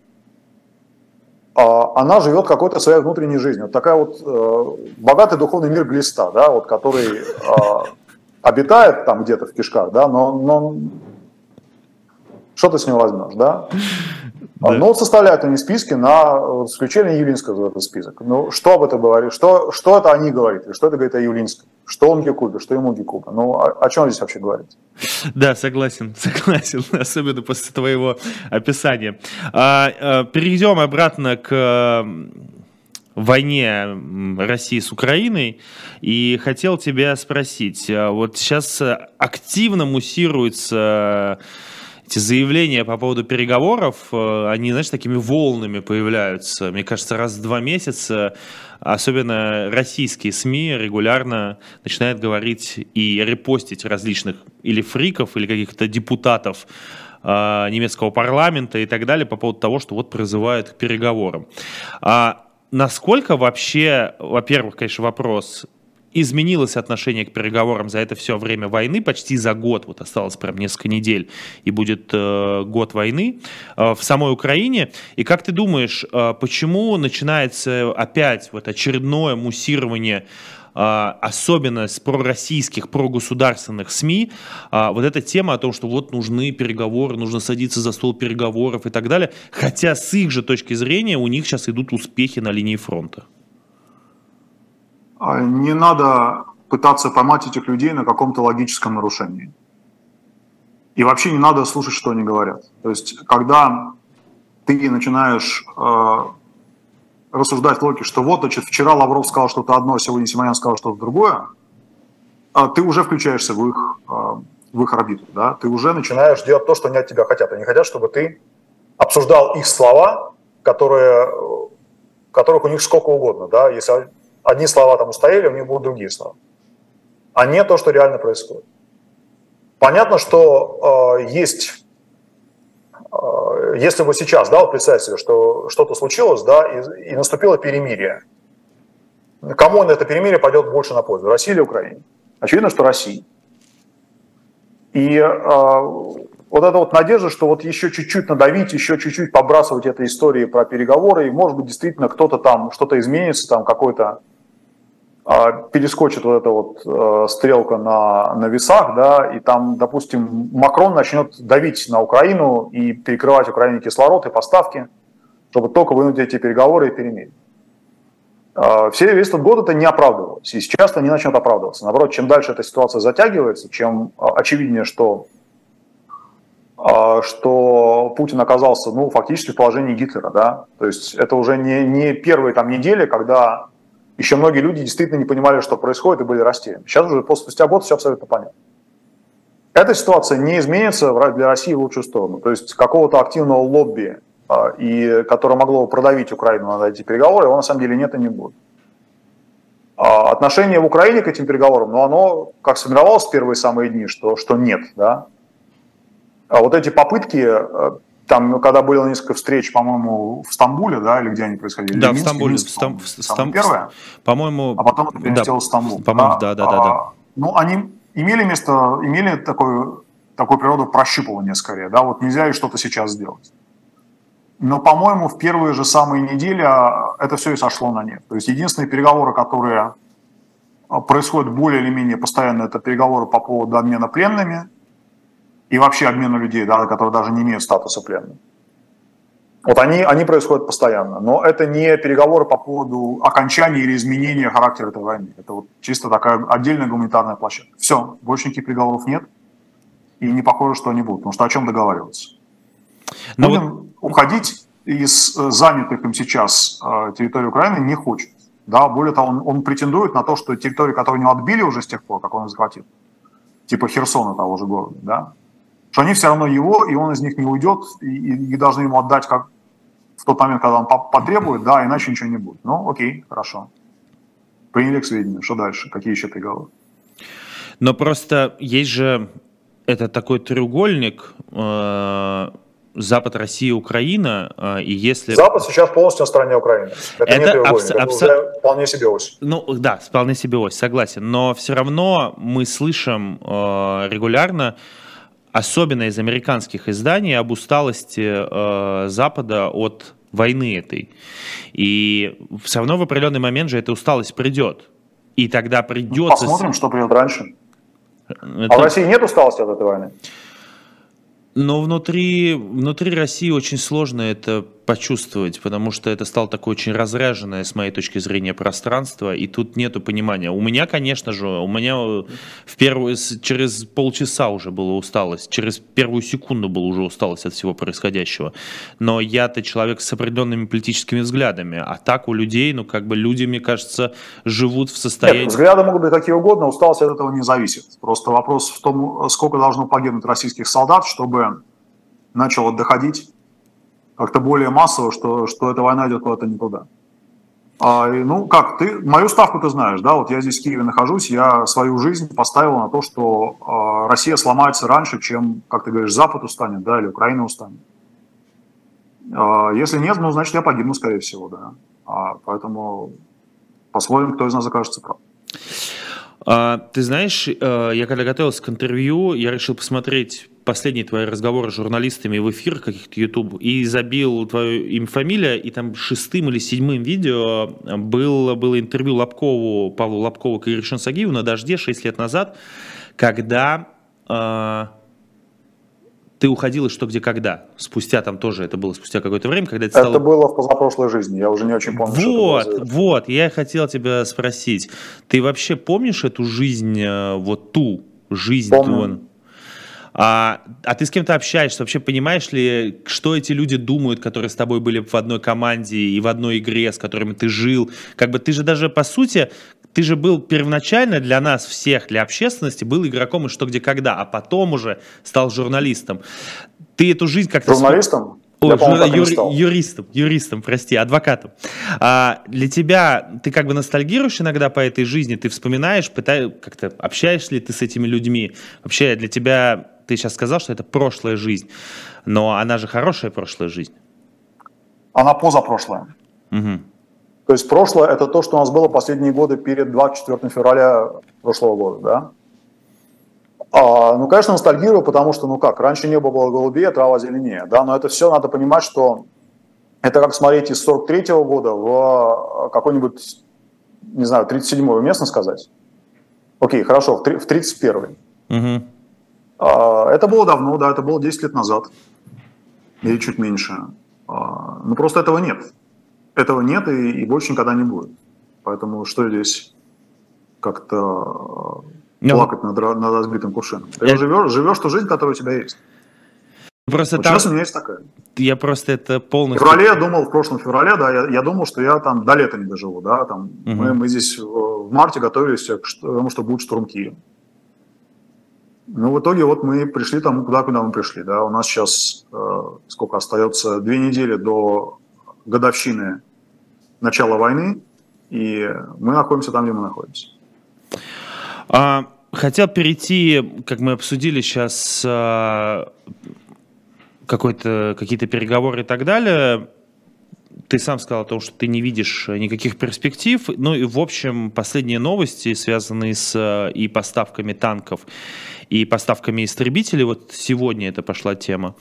S3: А, она живет какой-то своей внутренней жизнью. Вот такая вот э, богатый духовный мир Глиста, да, вот, который э, обитает там где-то в кишках, да, но... но что ты с него возьмешь, да? Да. Ну, вот составляют они списки на исключение Явлинского в этот список. Ну, что об этом говорит? Что, что это они говорят? Что это говорит о Явлинском? Что он Гекубе? Что ему Гекубе? Ну, о, о чем здесь вообще говорить?
S2: Да, согласен, согласен, особенно после твоего описания. А, а, перейдем обратно к войне России с Украиной, и хотел тебя спросить, вот сейчас активно муссируются эти заявления по поводу переговоров, они, знаешь, такими волнами появляются, мне кажется, раз в два месяца, особенно российские СМИ регулярно начинают говорить и репостить различных или фриков, или каких-то депутатов немецкого парламента и так далее по поводу того, что вот призывают к переговорам. А насколько вообще, во-первых, конечно, вопрос, изменилось отношение к переговорам за это все время войны, почти за год, вот осталось прям несколько недель, и будет э, год войны э, в самой Украине. И как ты думаешь, э, почему начинается опять вот очередное муссирование, особенно с пророссийских, прогосударственных СМИ, вот эта тема о том, что вот нужны переговоры, нужно садиться за стол переговоров и так далее, хотя с их же точки зрения у них сейчас идут успехи на линии фронта?
S3: Не надо пытаться поймать этих людей на каком-то логическом нарушении. И вообще не надо слушать, что они говорят. То есть, когда ты начинаешь рассуждать в логике, что вот, значит, вчера Лавров сказал что-то одно, сегодня Симонян сказал что-то другое, ты уже включаешься в их, в их орбиту, да? Ты уже начинаешь делать то, что они от тебя хотят. Они хотят, чтобы ты обсуждал их слова, которые, которых у них сколько угодно, да? Если одни слова там устояли, у них будут другие слова. А не то, что реально происходит. Понятно, что э, есть... Если бы сейчас, да, вот представьте себе, что что-то случилось, да, и, и наступило перемирие, кому на это перемирие пойдет больше на пользу, России или Украине? Очевидно, что России. И э, вот эта вот надежда, что вот еще чуть-чуть надавить, еще чуть-чуть побрасывать этой истории про переговоры, и, может быть, действительно кто-то там, что-то изменится, там какой-то перескочит вот эта вот э, стрелка на, на весах, да, и там, допустим, Макрон начнет давить на Украину и перекрывать Украине кислород и поставки, чтобы только вынуть эти переговоры и перемирие. Э, все, весь этот год это не оправдывалось, и сейчас это не начнет оправдываться. Наоборот, чем дальше эта ситуация затягивается, чем очевиднее, что, э, что Путин оказался, ну, фактически в положении Гитлера, да, то есть это уже не, не первые там недели, когда еще многие люди действительно не понимали, что происходит, и были растеряны. Сейчас уже после спустя год все абсолютно понятно. Эта ситуация не изменится для России в лучшую сторону. То есть какого-то активного лобби, и, которое могло продавить Украину на эти переговоры, его на самом деле нет и не будет. А отношение в Украине к этим переговорам, ну, оно как сформировалось в первые самые дни, что, что нет. Да? А вот эти попытки... Там, когда было несколько встреч, по-моему, в Стамбуле, да, или где они происходили?
S2: Да,
S3: в
S2: Минске, Стамбуле.
S3: Минске,
S2: в Стам... в Стам...
S3: первое,
S2: по-моему,
S3: а потом это переместилось
S2: да,
S3: в Стамбул.
S2: По-моему, да, да, да, да.
S3: А, ну, они имели место, имели такую, такую природу прощупывания скорее, да, вот нельзя ли что-то сейчас сделать. Но, по-моему, в первые же самые недели это все и сошло на нет. То есть единственные переговоры, которые происходят более или менее постоянно, это переговоры по поводу обмена пленными и вообще обмена людей, да, которые даже не имеют статуса пленных. Вот они, они происходят постоянно, но это не переговоры по поводу окончания или изменения характера этой войны. Это вот чисто такая отдельная гуманитарная площадка. Все, больше никаких переговоров нет, и не похоже, что они будут, потому что о чем договариваться. Но Путин вот... уходить из занятых им сейчас территории Украины не хочет. Да, более того, он, он претендует на то, что территории, которые у него отбили уже с тех пор, как он их захватил, типа Херсона того же города, да, что они все равно его, и он из них не уйдет, и, и должны ему отдать как в тот момент, когда он потребует, да, иначе ничего не будет. Ну, окей, хорошо. Приняли к сведению. Что дальше? Какие еще переговоры?
S2: Но просто есть же это такой треугольник э, Запад, Россия, Украина, э, и если...
S3: Запад сейчас полностью на стороне Украины. Это, это не треугольник, абс- это абс- уже вполне себе ось.
S2: Ну, да, вполне себе ось, согласен. Но все равно мы слышим э, регулярно, особенно из американских изданий, об усталости э, Запада от войны этой. И все равно в определенный момент же эта усталость придет. И тогда придется...
S3: Посмотрим, что придет раньше. Это... А в России нет усталости от этой войны?
S2: Но внутри, внутри России очень сложно это почувствовать, потому что это стало такое очень разряженное, с моей точки зрения, пространство, и тут нету понимания. У меня, конечно же, у меня в первую, через полчаса уже была усталость, через первую секунду была уже усталость от всего происходящего. Но я-то человек с определенными политическими взглядами, а так у людей, ну как бы люди, мне кажется, живут в состоянии...
S3: Нет, взгляды могут быть какие угодно, усталость от этого не зависит. Просто вопрос в том, сколько должно погибнуть российских солдат, чтобы начало доходить как-то более массово, что, что эта война идет куда-то не туда. А, и, ну, как, ты, мою ставку ты знаешь, да, вот я здесь в Киеве нахожусь, я свою жизнь поставил на то, что а, Россия сломается раньше, чем, как ты говоришь, Запад устанет, да, или Украина устанет. А, если нет, ну, значит, я погибну, скорее всего, да. А, поэтому посмотрим, кто из нас окажется прав.
S2: А, ты знаешь, я когда готовился к интервью, я решил посмотреть последние твои разговоры с журналистами в эфирах каких-то YouTube и забил твое имя, фамилия, и там шестым или седьмым видео был, было интервью Лобкову, Павлу Лобкову к Иришин Сагиеву на «Дожде» шесть лет назад, когда э, ты уходил из «Что, где, когда». Спустя там тоже, это было спустя какое-то время, когда это стало...
S3: Это было в позапрошлой жизни, я уже не очень помню,
S2: вот,
S3: что это было.
S2: Вот, я хотел тебя спросить, ты вообще помнишь эту жизнь, вот ту жизнь?
S3: Помню.
S2: А, а ты с кем-то общаешься, вообще понимаешь ли, что эти люди думают, которые с тобой были в одной команде и в одной игре, с которыми ты жил? Как бы ты же даже, по сути, ты же был первоначально для нас всех, для общественности, был игроком и «Что, где, когда», а потом уже стал журналистом. Ты эту жизнь как-то...
S3: Журналистом?
S2: О, жур... Ю... юристом, юристом, прости, адвокатом. А для тебя, ты как бы ностальгируешь иногда по этой жизни, ты вспоминаешь, пытаешь, как-то общаешься ли ты с этими людьми? Вообще для тебя, ты сейчас сказал, что это прошлая жизнь, но она же хорошая прошлая жизнь.
S3: Она позапрошлая.
S2: Угу.
S3: То есть прошлое – это то, что у нас было последние годы перед двадцать четвёртого февраля прошлого года, да? А, ну, конечно, ностальгирую, потому что, ну как, раньше небо было голубее, трава зеленее, да, но это все надо понимать, что это как смотреть из сорок третьего года в какой-нибудь, не знаю, тридцать седьмой, уместно сказать? Окей, хорошо, в тридцать первый.
S2: Угу.
S3: А, это было давно, да, это было десять лет назад, или чуть меньше. А, ну, просто этого нет. Этого нет и, и больше никогда не будет. Поэтому что здесь как-то...
S2: No.
S3: плакать над, над разбитым кувшином. Ты Я... живешь, живешь ту жизнь, которая у тебя есть.
S2: Просто
S3: вот
S2: там...
S3: Сейчас у меня есть такая.
S2: Я просто это полностью...
S3: В феврале я думал, в прошлом феврале, да, я, я думал, что я там до лета не доживу, да, там uh-huh. мы, мы здесь в марте готовились к тому, что будет штурм Киева. Ну, в итоге вот мы пришли там, куда, куда мы пришли, да, у нас сейчас э, сколько остается, две недели до годовщины начала войны, и мы находимся там, где мы находимся.
S2: А, хотел перейти, как мы обсудили сейчас, а, какой-то, какие-то переговоры и так далее. Ты сам сказал о том, что ты не видишь никаких перспектив. Ну и, в общем, последние новости, связанные с и поставками танков, и поставками истребителей. Вот сегодня это пошла тема.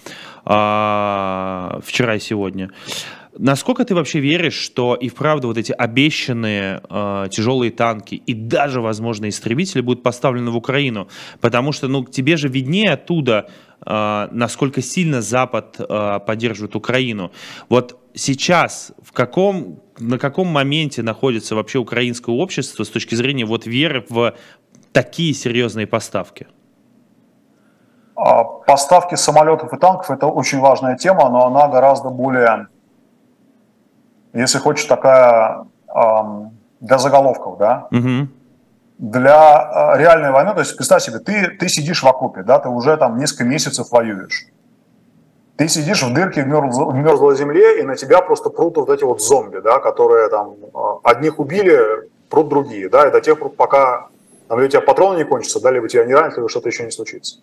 S2: А, вчера и сегодня. Насколько ты вообще веришь, что и вправду вот эти обещанные э, тяжелые танки и даже, возможно, истребители будут поставлены в Украину? Потому что, ну, тебе же виднее оттуда, э, насколько сильно Запад э, поддерживает Украину. Вот сейчас в каком, на каком моменте находится вообще украинское общество с точки зрения вот веры в такие серьезные поставки?
S3: Поставки самолетов и танков – это очень важная тема, но она гораздо более... Если хочешь, такая эм, для заголовков, да,
S2: угу.
S3: для э, реальной войны, то есть представь себе, ты, ты сидишь в окопе, да, ты уже там несколько месяцев воюешь, ты сидишь в дырке в, мерз, в мерзлой земле, и на тебя просто прут вот эти вот зомби, да, которые там э, одних убили, прут другие, да, и до тех пор, пока там, у тебя патроны не кончатся, да, либо тебя не ранят, либо что-то еще не случится.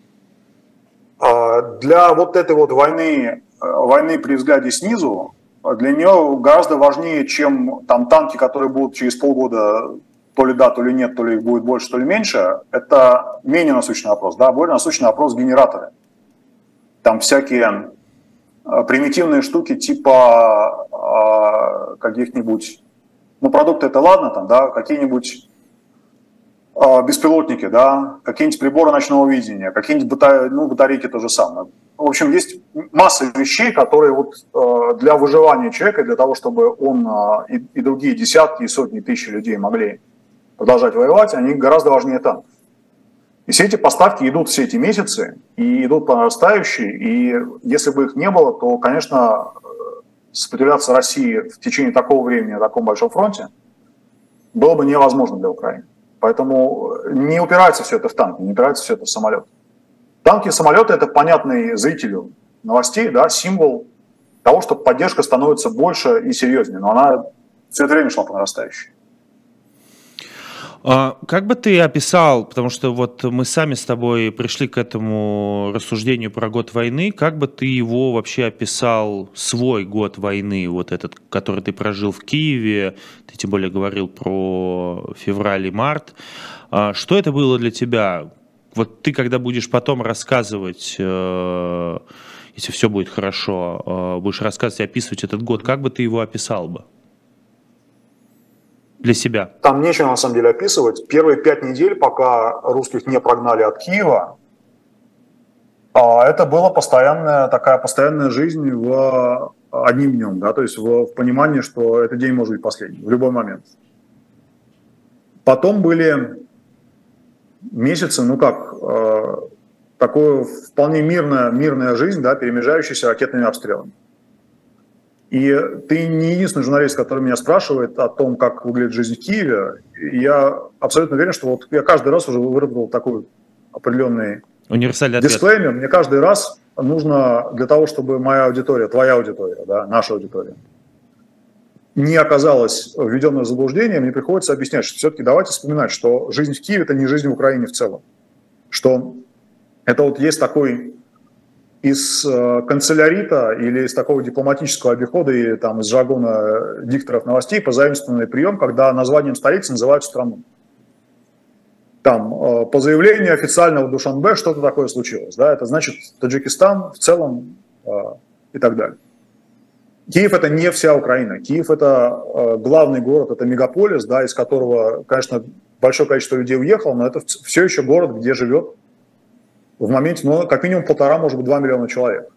S3: А для вот этой вот войны, войны при взгляде снизу, для нее гораздо важнее, чем там танки, которые будут через полгода, то ли да, то ли нет, то ли их будет больше, то ли меньше. Это менее насущный вопрос. Да? Более насущный вопрос генераторы. Там всякие примитивные штуки типа э, каких-нибудь, ну продукты это ладно, там, да, какие-нибудь беспилотники, да, какие-нибудь приборы ночного видения, какие-нибудь бата... ну, батарейки то же самое. В общем, есть масса вещей, которые вот для выживания человека, для того, чтобы он и, и другие десятки и сотни тысяч людей могли продолжать воевать, они гораздо важнее танков. И все эти поставки идут все эти месяцы, и идут по нарастающей, и если бы их не было, то, конечно, сопротивляться России в течение такого времени на таком большом фронте было бы невозможно для Украины. Поэтому не упирается все это в танки, не упирается все это в самолеты. Танки и самолеты – это понятный зрителю новостей, да, символ того, что поддержка становится больше и серьезнее, но она все это время шла по нарастающей.
S2: А как бы ты описал, потому что вот мы сами с тобой пришли к этому рассуждению про год войны, как бы ты его вообще описал, свой год войны, вот этот, который ты прожил в Киеве, ты тем более говорил про февраль и март. Что это было для тебя? Вот ты, когда будешь потом рассказывать, если все будет хорошо, будешь рассказывать и описывать этот год, как бы ты его описал бы? Для себя.
S3: Там нечего на самом деле описывать. Первые пять недель, пока русских не прогнали от Киева, это была постоянная такая постоянная жизнь в одним днем, да, то есть в, в понимании, что этот день может быть последний в любой момент. Потом были месяцы, ну как, э, такое вполне мирная, мирная жизнь, да, перемежающаяся ракетными обстрелами. И ты не единственный журналист, который меня спрашивает о том, как выглядит жизнь в Киеве. И я абсолютно уверен, что вот я каждый раз уже выработал такой определенный
S2: универсальный ответ.
S3: Дисклеймер. Мне каждый раз нужно для того, чтобы моя аудитория, твоя аудитория, да, наша аудитория, не оказалась введенной в заблуждение, мне приходится объяснять, что все-таки давайте вспоминать, что жизнь в Киеве – это не жизнь в Украине в целом. Что это вот есть такой из канцелярита или из такого дипломатического обихода и там, из жаргона дикторов новостей позаимствованный прием, когда названием столицы называют страну. Там по заявлению официального Душанбе что-то такое случилось. Да? Это значит Таджикистан в целом и так далее. Киев – это не вся Украина. Киев – это главный город, это мегаполис, да, из которого, конечно, большое количество людей уехало, но это все еще город, где живет в моменте, ну, как минимум полтора, может быть, два миллиона человек.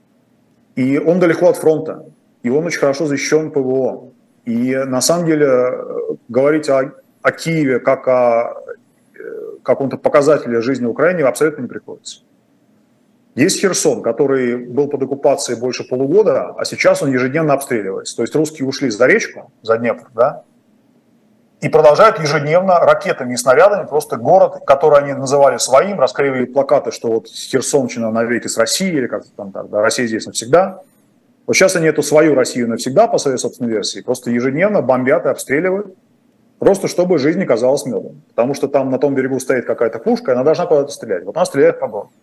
S3: И он далеко от фронта, и он очень хорошо защищен ПВО. И на самом деле говорить о, о Киеве как о каком-то показателе жизни в Украине абсолютно не приходится. Есть Херсон, который был под оккупацией больше полугода, а сейчас он ежедневно обстреливается. То есть русские ушли за речку, за Днепр, да, и продолжают ежедневно ракетами и снарядами просто город, который они называли своим, расклеивали плакаты, что вот Херсонщина навеки с Россией, или как-то там так, да, Россия здесь навсегда. Вот сейчас они эту свою Россию навсегда, по своей собственной версии, просто ежедневно бомбят и обстреливают, просто чтобы жизнь не казалась медом. Потому что там на том берегу стоит какая-то пушка, и она должна куда-то стрелять. Вот она стреляет по городу.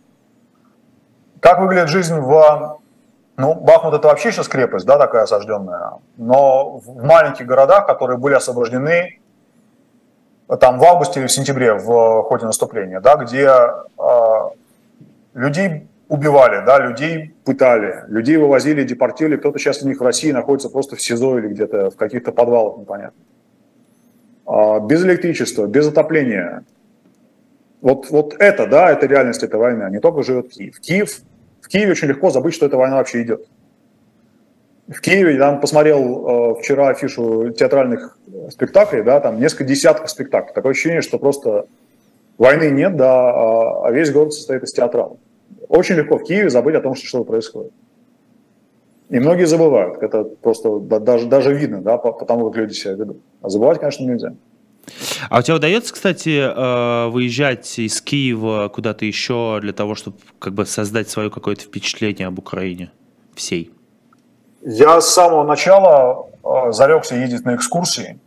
S3: Как выглядит жизнь в... Ну, Бахмут – это вообще сейчас крепость, да, такая осажденная. Но в маленьких городах, которые были освобождены там в августе или в сентябре в ходе наступления, да, где э, людей убивали, да, людей пытали, людей вывозили, депортировали, кто-то сейчас у них в России находится просто в СИЗО или где-то в каких-то подвалах, непонятно. Э, без электричества, без отопления. Вот, вот это, да, это реальность этой войны, а не только живет Киев. Киев. В Киеве очень легко забыть, что эта война вообще идет. В Киеве, я там посмотрел э, вчера афишу театральных спектаклей, да, там несколько десятков спектаклей. Такое ощущение, что просто войны нет, да, а, а весь город состоит из театралов. Очень легко в Киеве забыть о том, что что-то происходит. И многие забывают. Это просто да, даже, даже видно, да, по, по тому, как люди себя ведут. А забывать, конечно, нельзя.
S2: А у тебя удается, кстати, выезжать из Киева куда-то еще для того, чтобы как бы создать свое какое-то впечатление об Украине всей?
S3: Я с самого начала зарекся ездить на экскурсии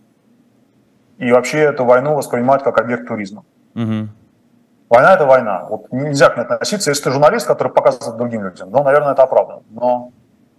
S3: и вообще эту войну воспринимать как объект туризма. Угу. Война – это война. Вот нельзя к ней относиться. Если ты журналист, который показывает другим людям, ну, наверное, это оправдано. Но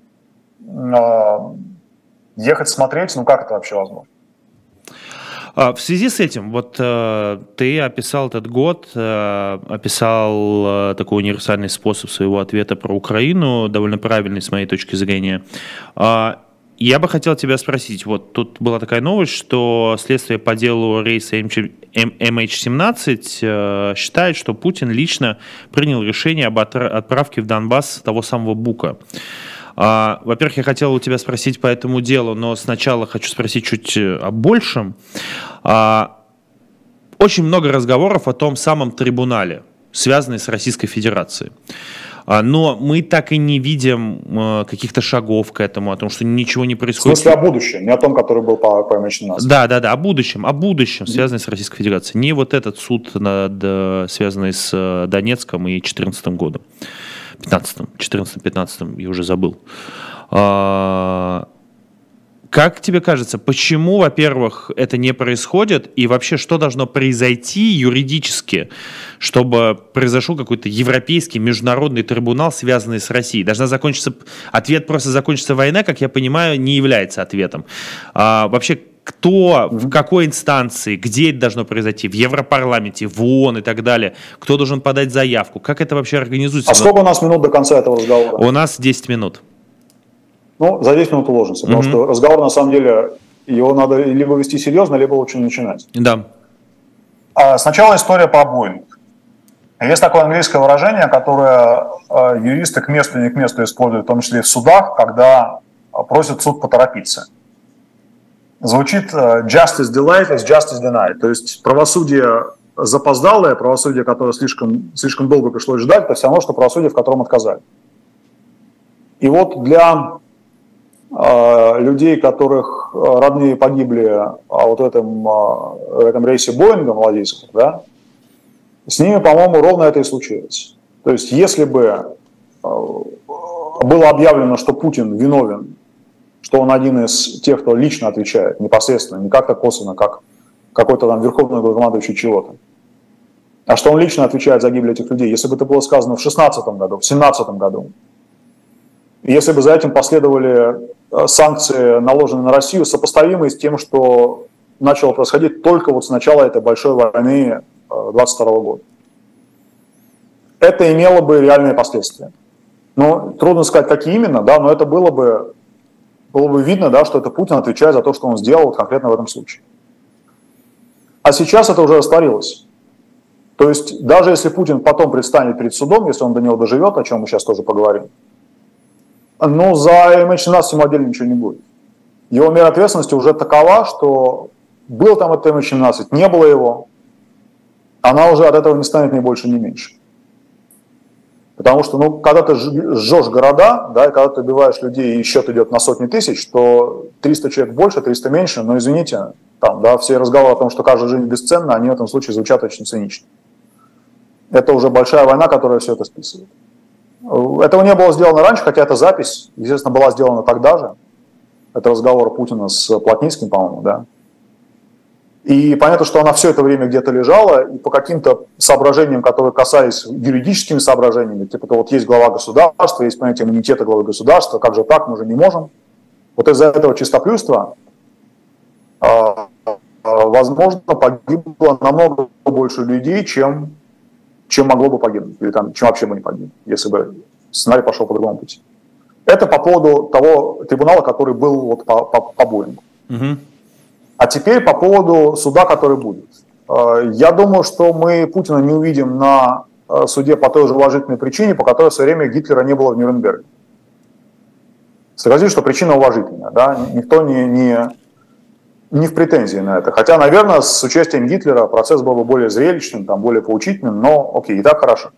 S3: э, ехать смотреть, ну как это вообще возможно?
S2: В связи с этим, вот э, ты описал этот год, э, описал э, такой универсальный способ своего ответа про Украину, довольно правильный с моей точки зрения. Э, Я бы хотел тебя спросить, вот тут была такая новость, что следствие по делу рейса эм эйч семнадцать э, считает, что Путин лично принял решение об отправке в Донбасс того самого Бука. А, во-первых, я хотел у тебя спросить по этому делу, но сначала хочу спросить чуть о большем. А, очень много разговоров о том самом трибунале, связанном с Российской Федерацией. Но мы так и не видим э, каких-то шагов к этому, о том, что ничего не происходит.
S3: В смысле о будущем, не о том, который был по, по эм эйч семнадцать.
S2: Да, да, да, о будущем, о будущем, связанном с Российской Федерацией. Не вот этот суд, над, связанный с Донецком и четырнадцатым годом. пятнадцатым, четырнадцатым, пятнадцатым, я уже забыл. А, как тебе кажется, почему, во-первых, это не происходит, и вообще, что должно произойти юридически, чтобы произошел какой-то европейский международный трибунал, связанный с Россией? Должна закончиться... Ответ просто закончится война, как я понимаю, не является ответом. А, вообще, кто, в какой инстанции, где это должно произойти? В Европарламенте, в ООН и так далее? Кто должен подать заявку? Как это вообще организуется?
S3: А сколько у нас минут до конца этого разговора?
S2: У нас десять минут.
S3: Ну, за десять минут уложимся, потому mm-hmm. что разговор, на самом деле, его надо либо вести серьезно, либо лучше не начинать.
S2: Да.
S3: А сначала история про Боинг. Есть такое английское выражение, которое юристы к месту и не к месту используют, в том числе и в судах, когда просят суд поторопиться. Звучит justice delayed is justice denied. То есть правосудие запоздалое, правосудие, которое слишком, слишком долго пришлось ждать, это все равно, что правосудие, в котором отказали. И вот для людей, которых родные погибли а вот в этом, в этом рейсе Боинга молодецкого, да, с ними, по-моему, ровно это и случилось. То есть, если бы было объявлено, что Путин виновен, что он один из тех, кто лично отвечает, непосредственно, не как-то косвенно, как какой-то там верховный главнокомандующий чего-то, а что он лично отвечает за гибель этих людей, если бы это было сказано в шестнадцатом году, в семнадцатом году, если бы за этим последовали санкции, наложенные на Россию, сопоставимые с тем, что начало происходить только вот с начала этой большой войны двадцать второго года. Это имело бы реальные последствия. Ну, трудно сказать, какие именно, да, но это было бы, было бы видно, да, что это Путин отвечает за то, что он сделал вот конкретно в этом случае. А сейчас это уже растворилось. То есть даже если Путин потом предстанет перед судом, если он до него доживет, о чем мы сейчас тоже поговорим, но за эм эйч семнадцать ему отдельно ничего не будет. Его мера ответственности уже такова, что был там этот эм эйч семнадцать, не было его, она уже от этого не станет ни больше, ни меньше. Потому что, ну, когда ты сжешь города, да, и когда ты убиваешь людей, и счет идет на сотни тысяч, то триста человек больше, триста меньше, но извините, там, да, все разговоры о том, что каждая жизнь бесценна, они в этом случае звучат очень цинично. Это уже большая война, которая все это списывает. Этого не было сделано раньше, хотя эта запись, естественно, была сделана тогда же. Это разговор Путина с Плотницким, по-моему, да. И понятно, что она все это время где-то лежала, и по каким-то соображениям, которые касались юридическими соображениями, типа, то вот есть глава государства, есть понятие иммунитета главы государства, как же так, мы же не можем. Вот из-за этого чистоплюйства, возможно, погибло намного больше людей, чем, чем могло бы погибнуть, или там, чем вообще бы не погибло, если бы сценарий пошел по другому пути. Это по поводу того трибунала, который был вот по, по, по Боингу. Угу. А теперь по поводу суда, который будет. Я думаю, что мы Путина не увидим на суде по той же уважительной причине, по которой в свое время Гитлера не было в Нюрнберге. Согласитесь, что причина уважительная, да? Никто не, не, не в претензии на это. Хотя, наверное, с участием Гитлера процесс был бы более зрелищным, там, более поучительным, но окей, и так хорошо.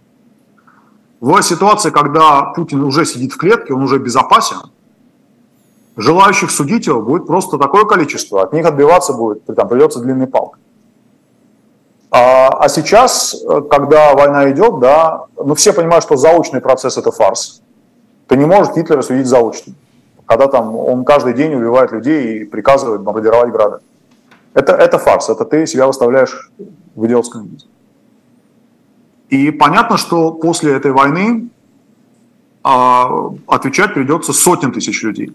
S3: В ситуации, когда Путин уже сидит в клетке, он уже безопасен, желающих судить его будет просто такое количество, от них отбиваться будет, там придется длинной палкой. А, а сейчас, когда война идет, да, ну все понимают, что заочный процесс это фарс. Ты не можешь Гитлера судить заочно, когда там он каждый день убивает людей и приказывает бомбардировать города. Это, это фарс, это ты себя выставляешь в идиотском виде. И понятно, что после этой войны а, отвечать придется сотням тысяч людей.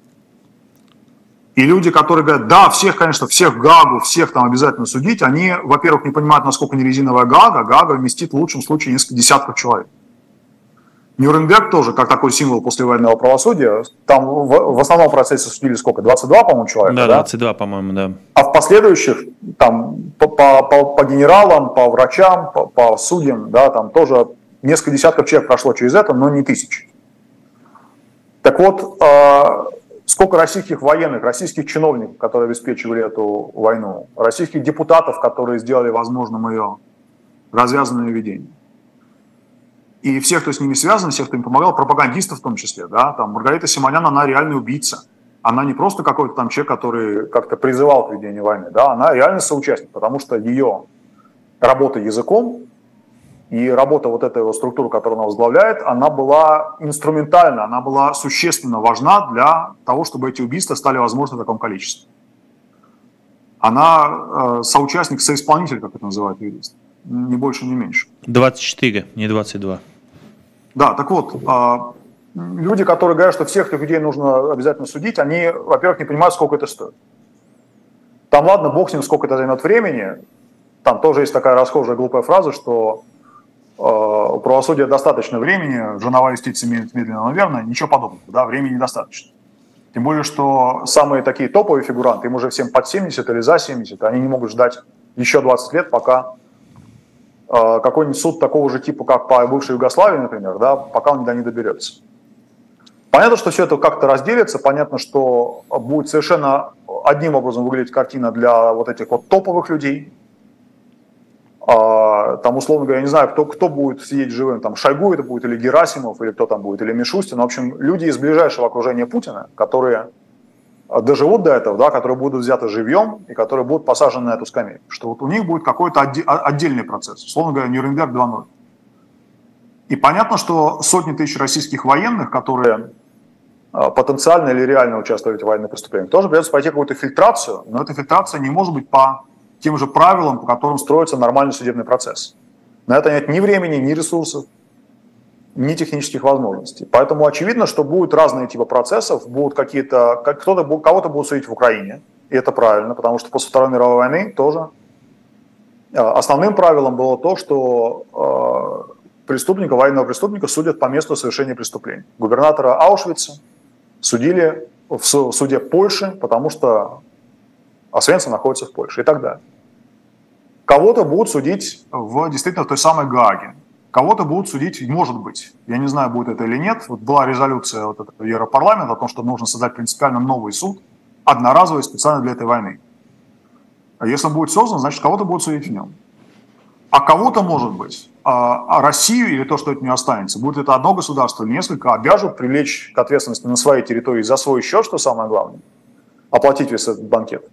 S3: И люди, которые говорят, да, всех, конечно, всех Гаагу, всех там обязательно судить, они, во-первых, не понимают, насколько не резиновая Гаага. Гаага вместит в лучшем случае несколько десятков человек. Нюрнберг тоже, как такой символ послевоенного правосудия, там в, в основном процессе судили сколько? двадцать два, по-моему, человека?
S2: Да, двадцать два, да? По-моему, да.
S3: А в последующих, там, по, по, по генералам, по врачам, по, по судьям, да, там тоже несколько десятков человек прошло через это, но не тысячи. Так вот, э, сколько российских военных, российских чиновников, которые обеспечивали эту войну, российских депутатов, которые сделали возможным ее развязанное ведение. И всех, кто с ними связан, всех, кто им помогал, пропагандистов в том числе, да, там Маргарита Симонян, она реальный убийца. Она не просто какой-то там человек, который как-то призывал к ведению войны, да, она реально соучастник, потому что ее работа языком и работа вот этой вот структуры, которую она возглавляет, она была инструментальна, она была существенно важна для того, чтобы эти убийства стали возможны в таком количестве. Она э, соучастник, соисполнитель, как это называют юристы, ни больше, ни меньше.
S2: двадцать четыре, не двадцать два.
S3: Да, так вот, люди, которые говорят, что всех этих людей нужно обязательно судить, они, во-первых, не понимают, сколько это стоит. Там, ладно, бог с ним, сколько это займет времени. Там тоже есть такая расхожая глупая фраза, что у правосудия достаточно времени, женовая юстиция имеет медленно, но верно, ничего подобного, да, времени недостаточно. Тем более, что самые такие топовые фигуранты, им уже всем под семьдесят или за семьдесят, они не могут ждать еще двадцать лет, пока какой-нибудь суд такого же типа, как по бывшей Югославии, например, да, пока он до них доберется. Понятно, что все это как-то разделится, понятно, что будет совершенно одним образом выглядеть картина для вот этих вот топовых людей. А, там, условно говоря, я не знаю, кто, кто будет сидеть живым, там Шойгу это будет, или Герасимов, или кто там будет, или Мишустин. В общем, люди из ближайшего окружения Путина, которые доживут до этого, да, которые будут взяты живьем и которые будут посажены на эту скамейку. Что вот у них будет какой-то отде- отдельный процесс, условно говоря, Нюрнберг два ноль. И понятно, что сотни тысяч российских военных, которые э, потенциально или реально участвуют в военных преступлениях, тоже придется пройти какую-то фильтрацию, но эта фильтрация не может быть по тем же правилам, по которым строится нормальный судебный процесс. На это нет ни времени, ни ресурсов, ни технических возможностей. Поэтому очевидно, что будут разные типы процессов, будут какие-то, кто-то, кого-то будут судить в Украине, и это правильно, потому что после Второй мировой войны тоже основным правилом было то, что преступника, военного преступника судят по месту совершения преступления. Губернатора Аушвица судили в суде Польши, потому что Освенцим находится в Польше и так далее. Кого-то будут судить в действительно в той самой Гааге. Кого-то будут судить, может быть, я не знаю, будет это или нет. Вот была резолюция вот этого Европарламента о том, что нужно создать принципиально новый суд, одноразовый, специально для этой войны. А если он будет создан, значит, кого-то будут судить в нем. А кого-то, может быть, а Россию или то, что от нее останется, будет это одно государство или несколько, обяжут привлечь к ответственности на своей территории за свой счет, что самое главное, оплатить весь этот банкет,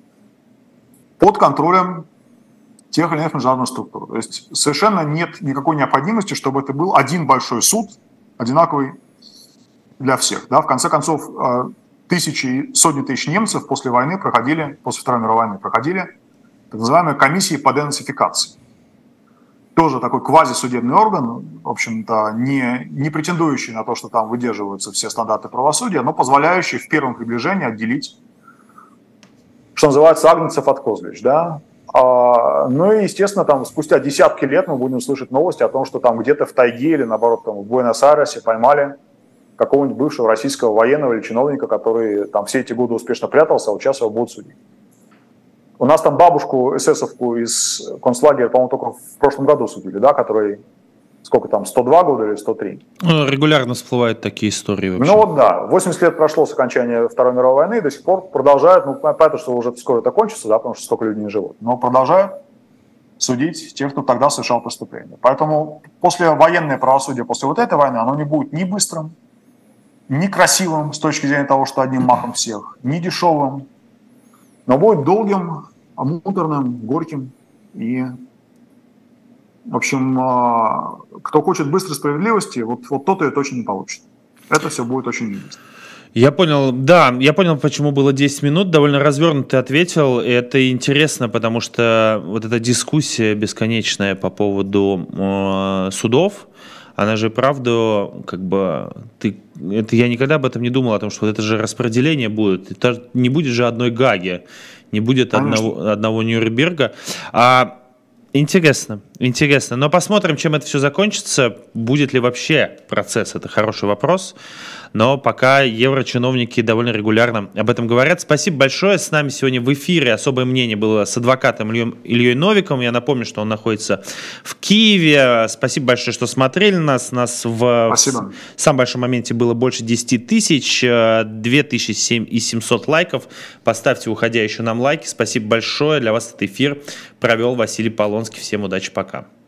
S3: под контролем тех или иных международных структур. То есть совершенно нет никакой необходимости, чтобы это был один большой суд, одинаковый для всех. Да? В конце концов, тысячи, сотни тысяч немцев после войны проходили, после Второй мировой войны проходили так называемые комиссии по денацификации. Тоже такой квазисудебный орган, в общем-то, не, не претендующий на то, что там выдерживаются все стандарты правосудия, но позволяющий в первом приближении отделить, что называется, агнцев от козлищ, да. А, ну и, естественно, там спустя десятки лет мы будем слышать новости о том, что там где-то в тайге или, наоборот, там, в Буэнос-Айресе поймали какого-нибудь бывшего российского военного или чиновника, который там все эти годы успешно прятался, а вот сейчас его будут судить. У нас там бабушку эсэсовку из концлагеря, по-моему, только в прошлом году судили, да, которой сколько там, сто два года или сто три?
S2: Ну, регулярно всплывают такие истории вообще.
S3: Ну вот да, восемьдесят лет прошло с окончания Второй мировой войны, и до сих пор продолжают, ну понятно, что уже скоро это кончится, да, потому что столько людей не живут, но продолжают судить тех, кто тогда совершал преступления. Поэтому после военное правосудие, после вот этой войны, оно не будет ни быстрым, ни красивым с точки зрения того, что одним махом всех, ни дешевым, но будет долгим, муторным, горьким и, в общем, кто хочет быстрой справедливости, вот, вот тот ее точно не получит. Это все будет очень быстро.
S2: Я понял, да, я понял, почему было десять минут, довольно развернуто ты ответил, и это интересно, потому что вот эта дискуссия бесконечная по поводу э, судов, она же, правда, как бы, ты, это я никогда об этом не думал, о том, что вот это же распределение будет, это не будет же одной Гааги, не будет одного, одного Нюрнберга. А, интересно, Интересно. Но посмотрим, чем это все закончится. Будет ли вообще процесс? Это хороший вопрос. Но пока еврочиновники довольно регулярно об этом говорят. Спасибо большое. С нами сегодня в эфире особое мнение было с адвокатом Ильей, Ильей Новиковым. Я напомню, что он находится в Киеве. Спасибо большое, что смотрели нас. Нас в, в самом большом моменте было больше десять тысяч, две тысячи семьсот лайков. Поставьте уходя еще нам лайки. Спасибо большое. Для вас этот эфир провел Василий Полонский. Всем удачи, пока.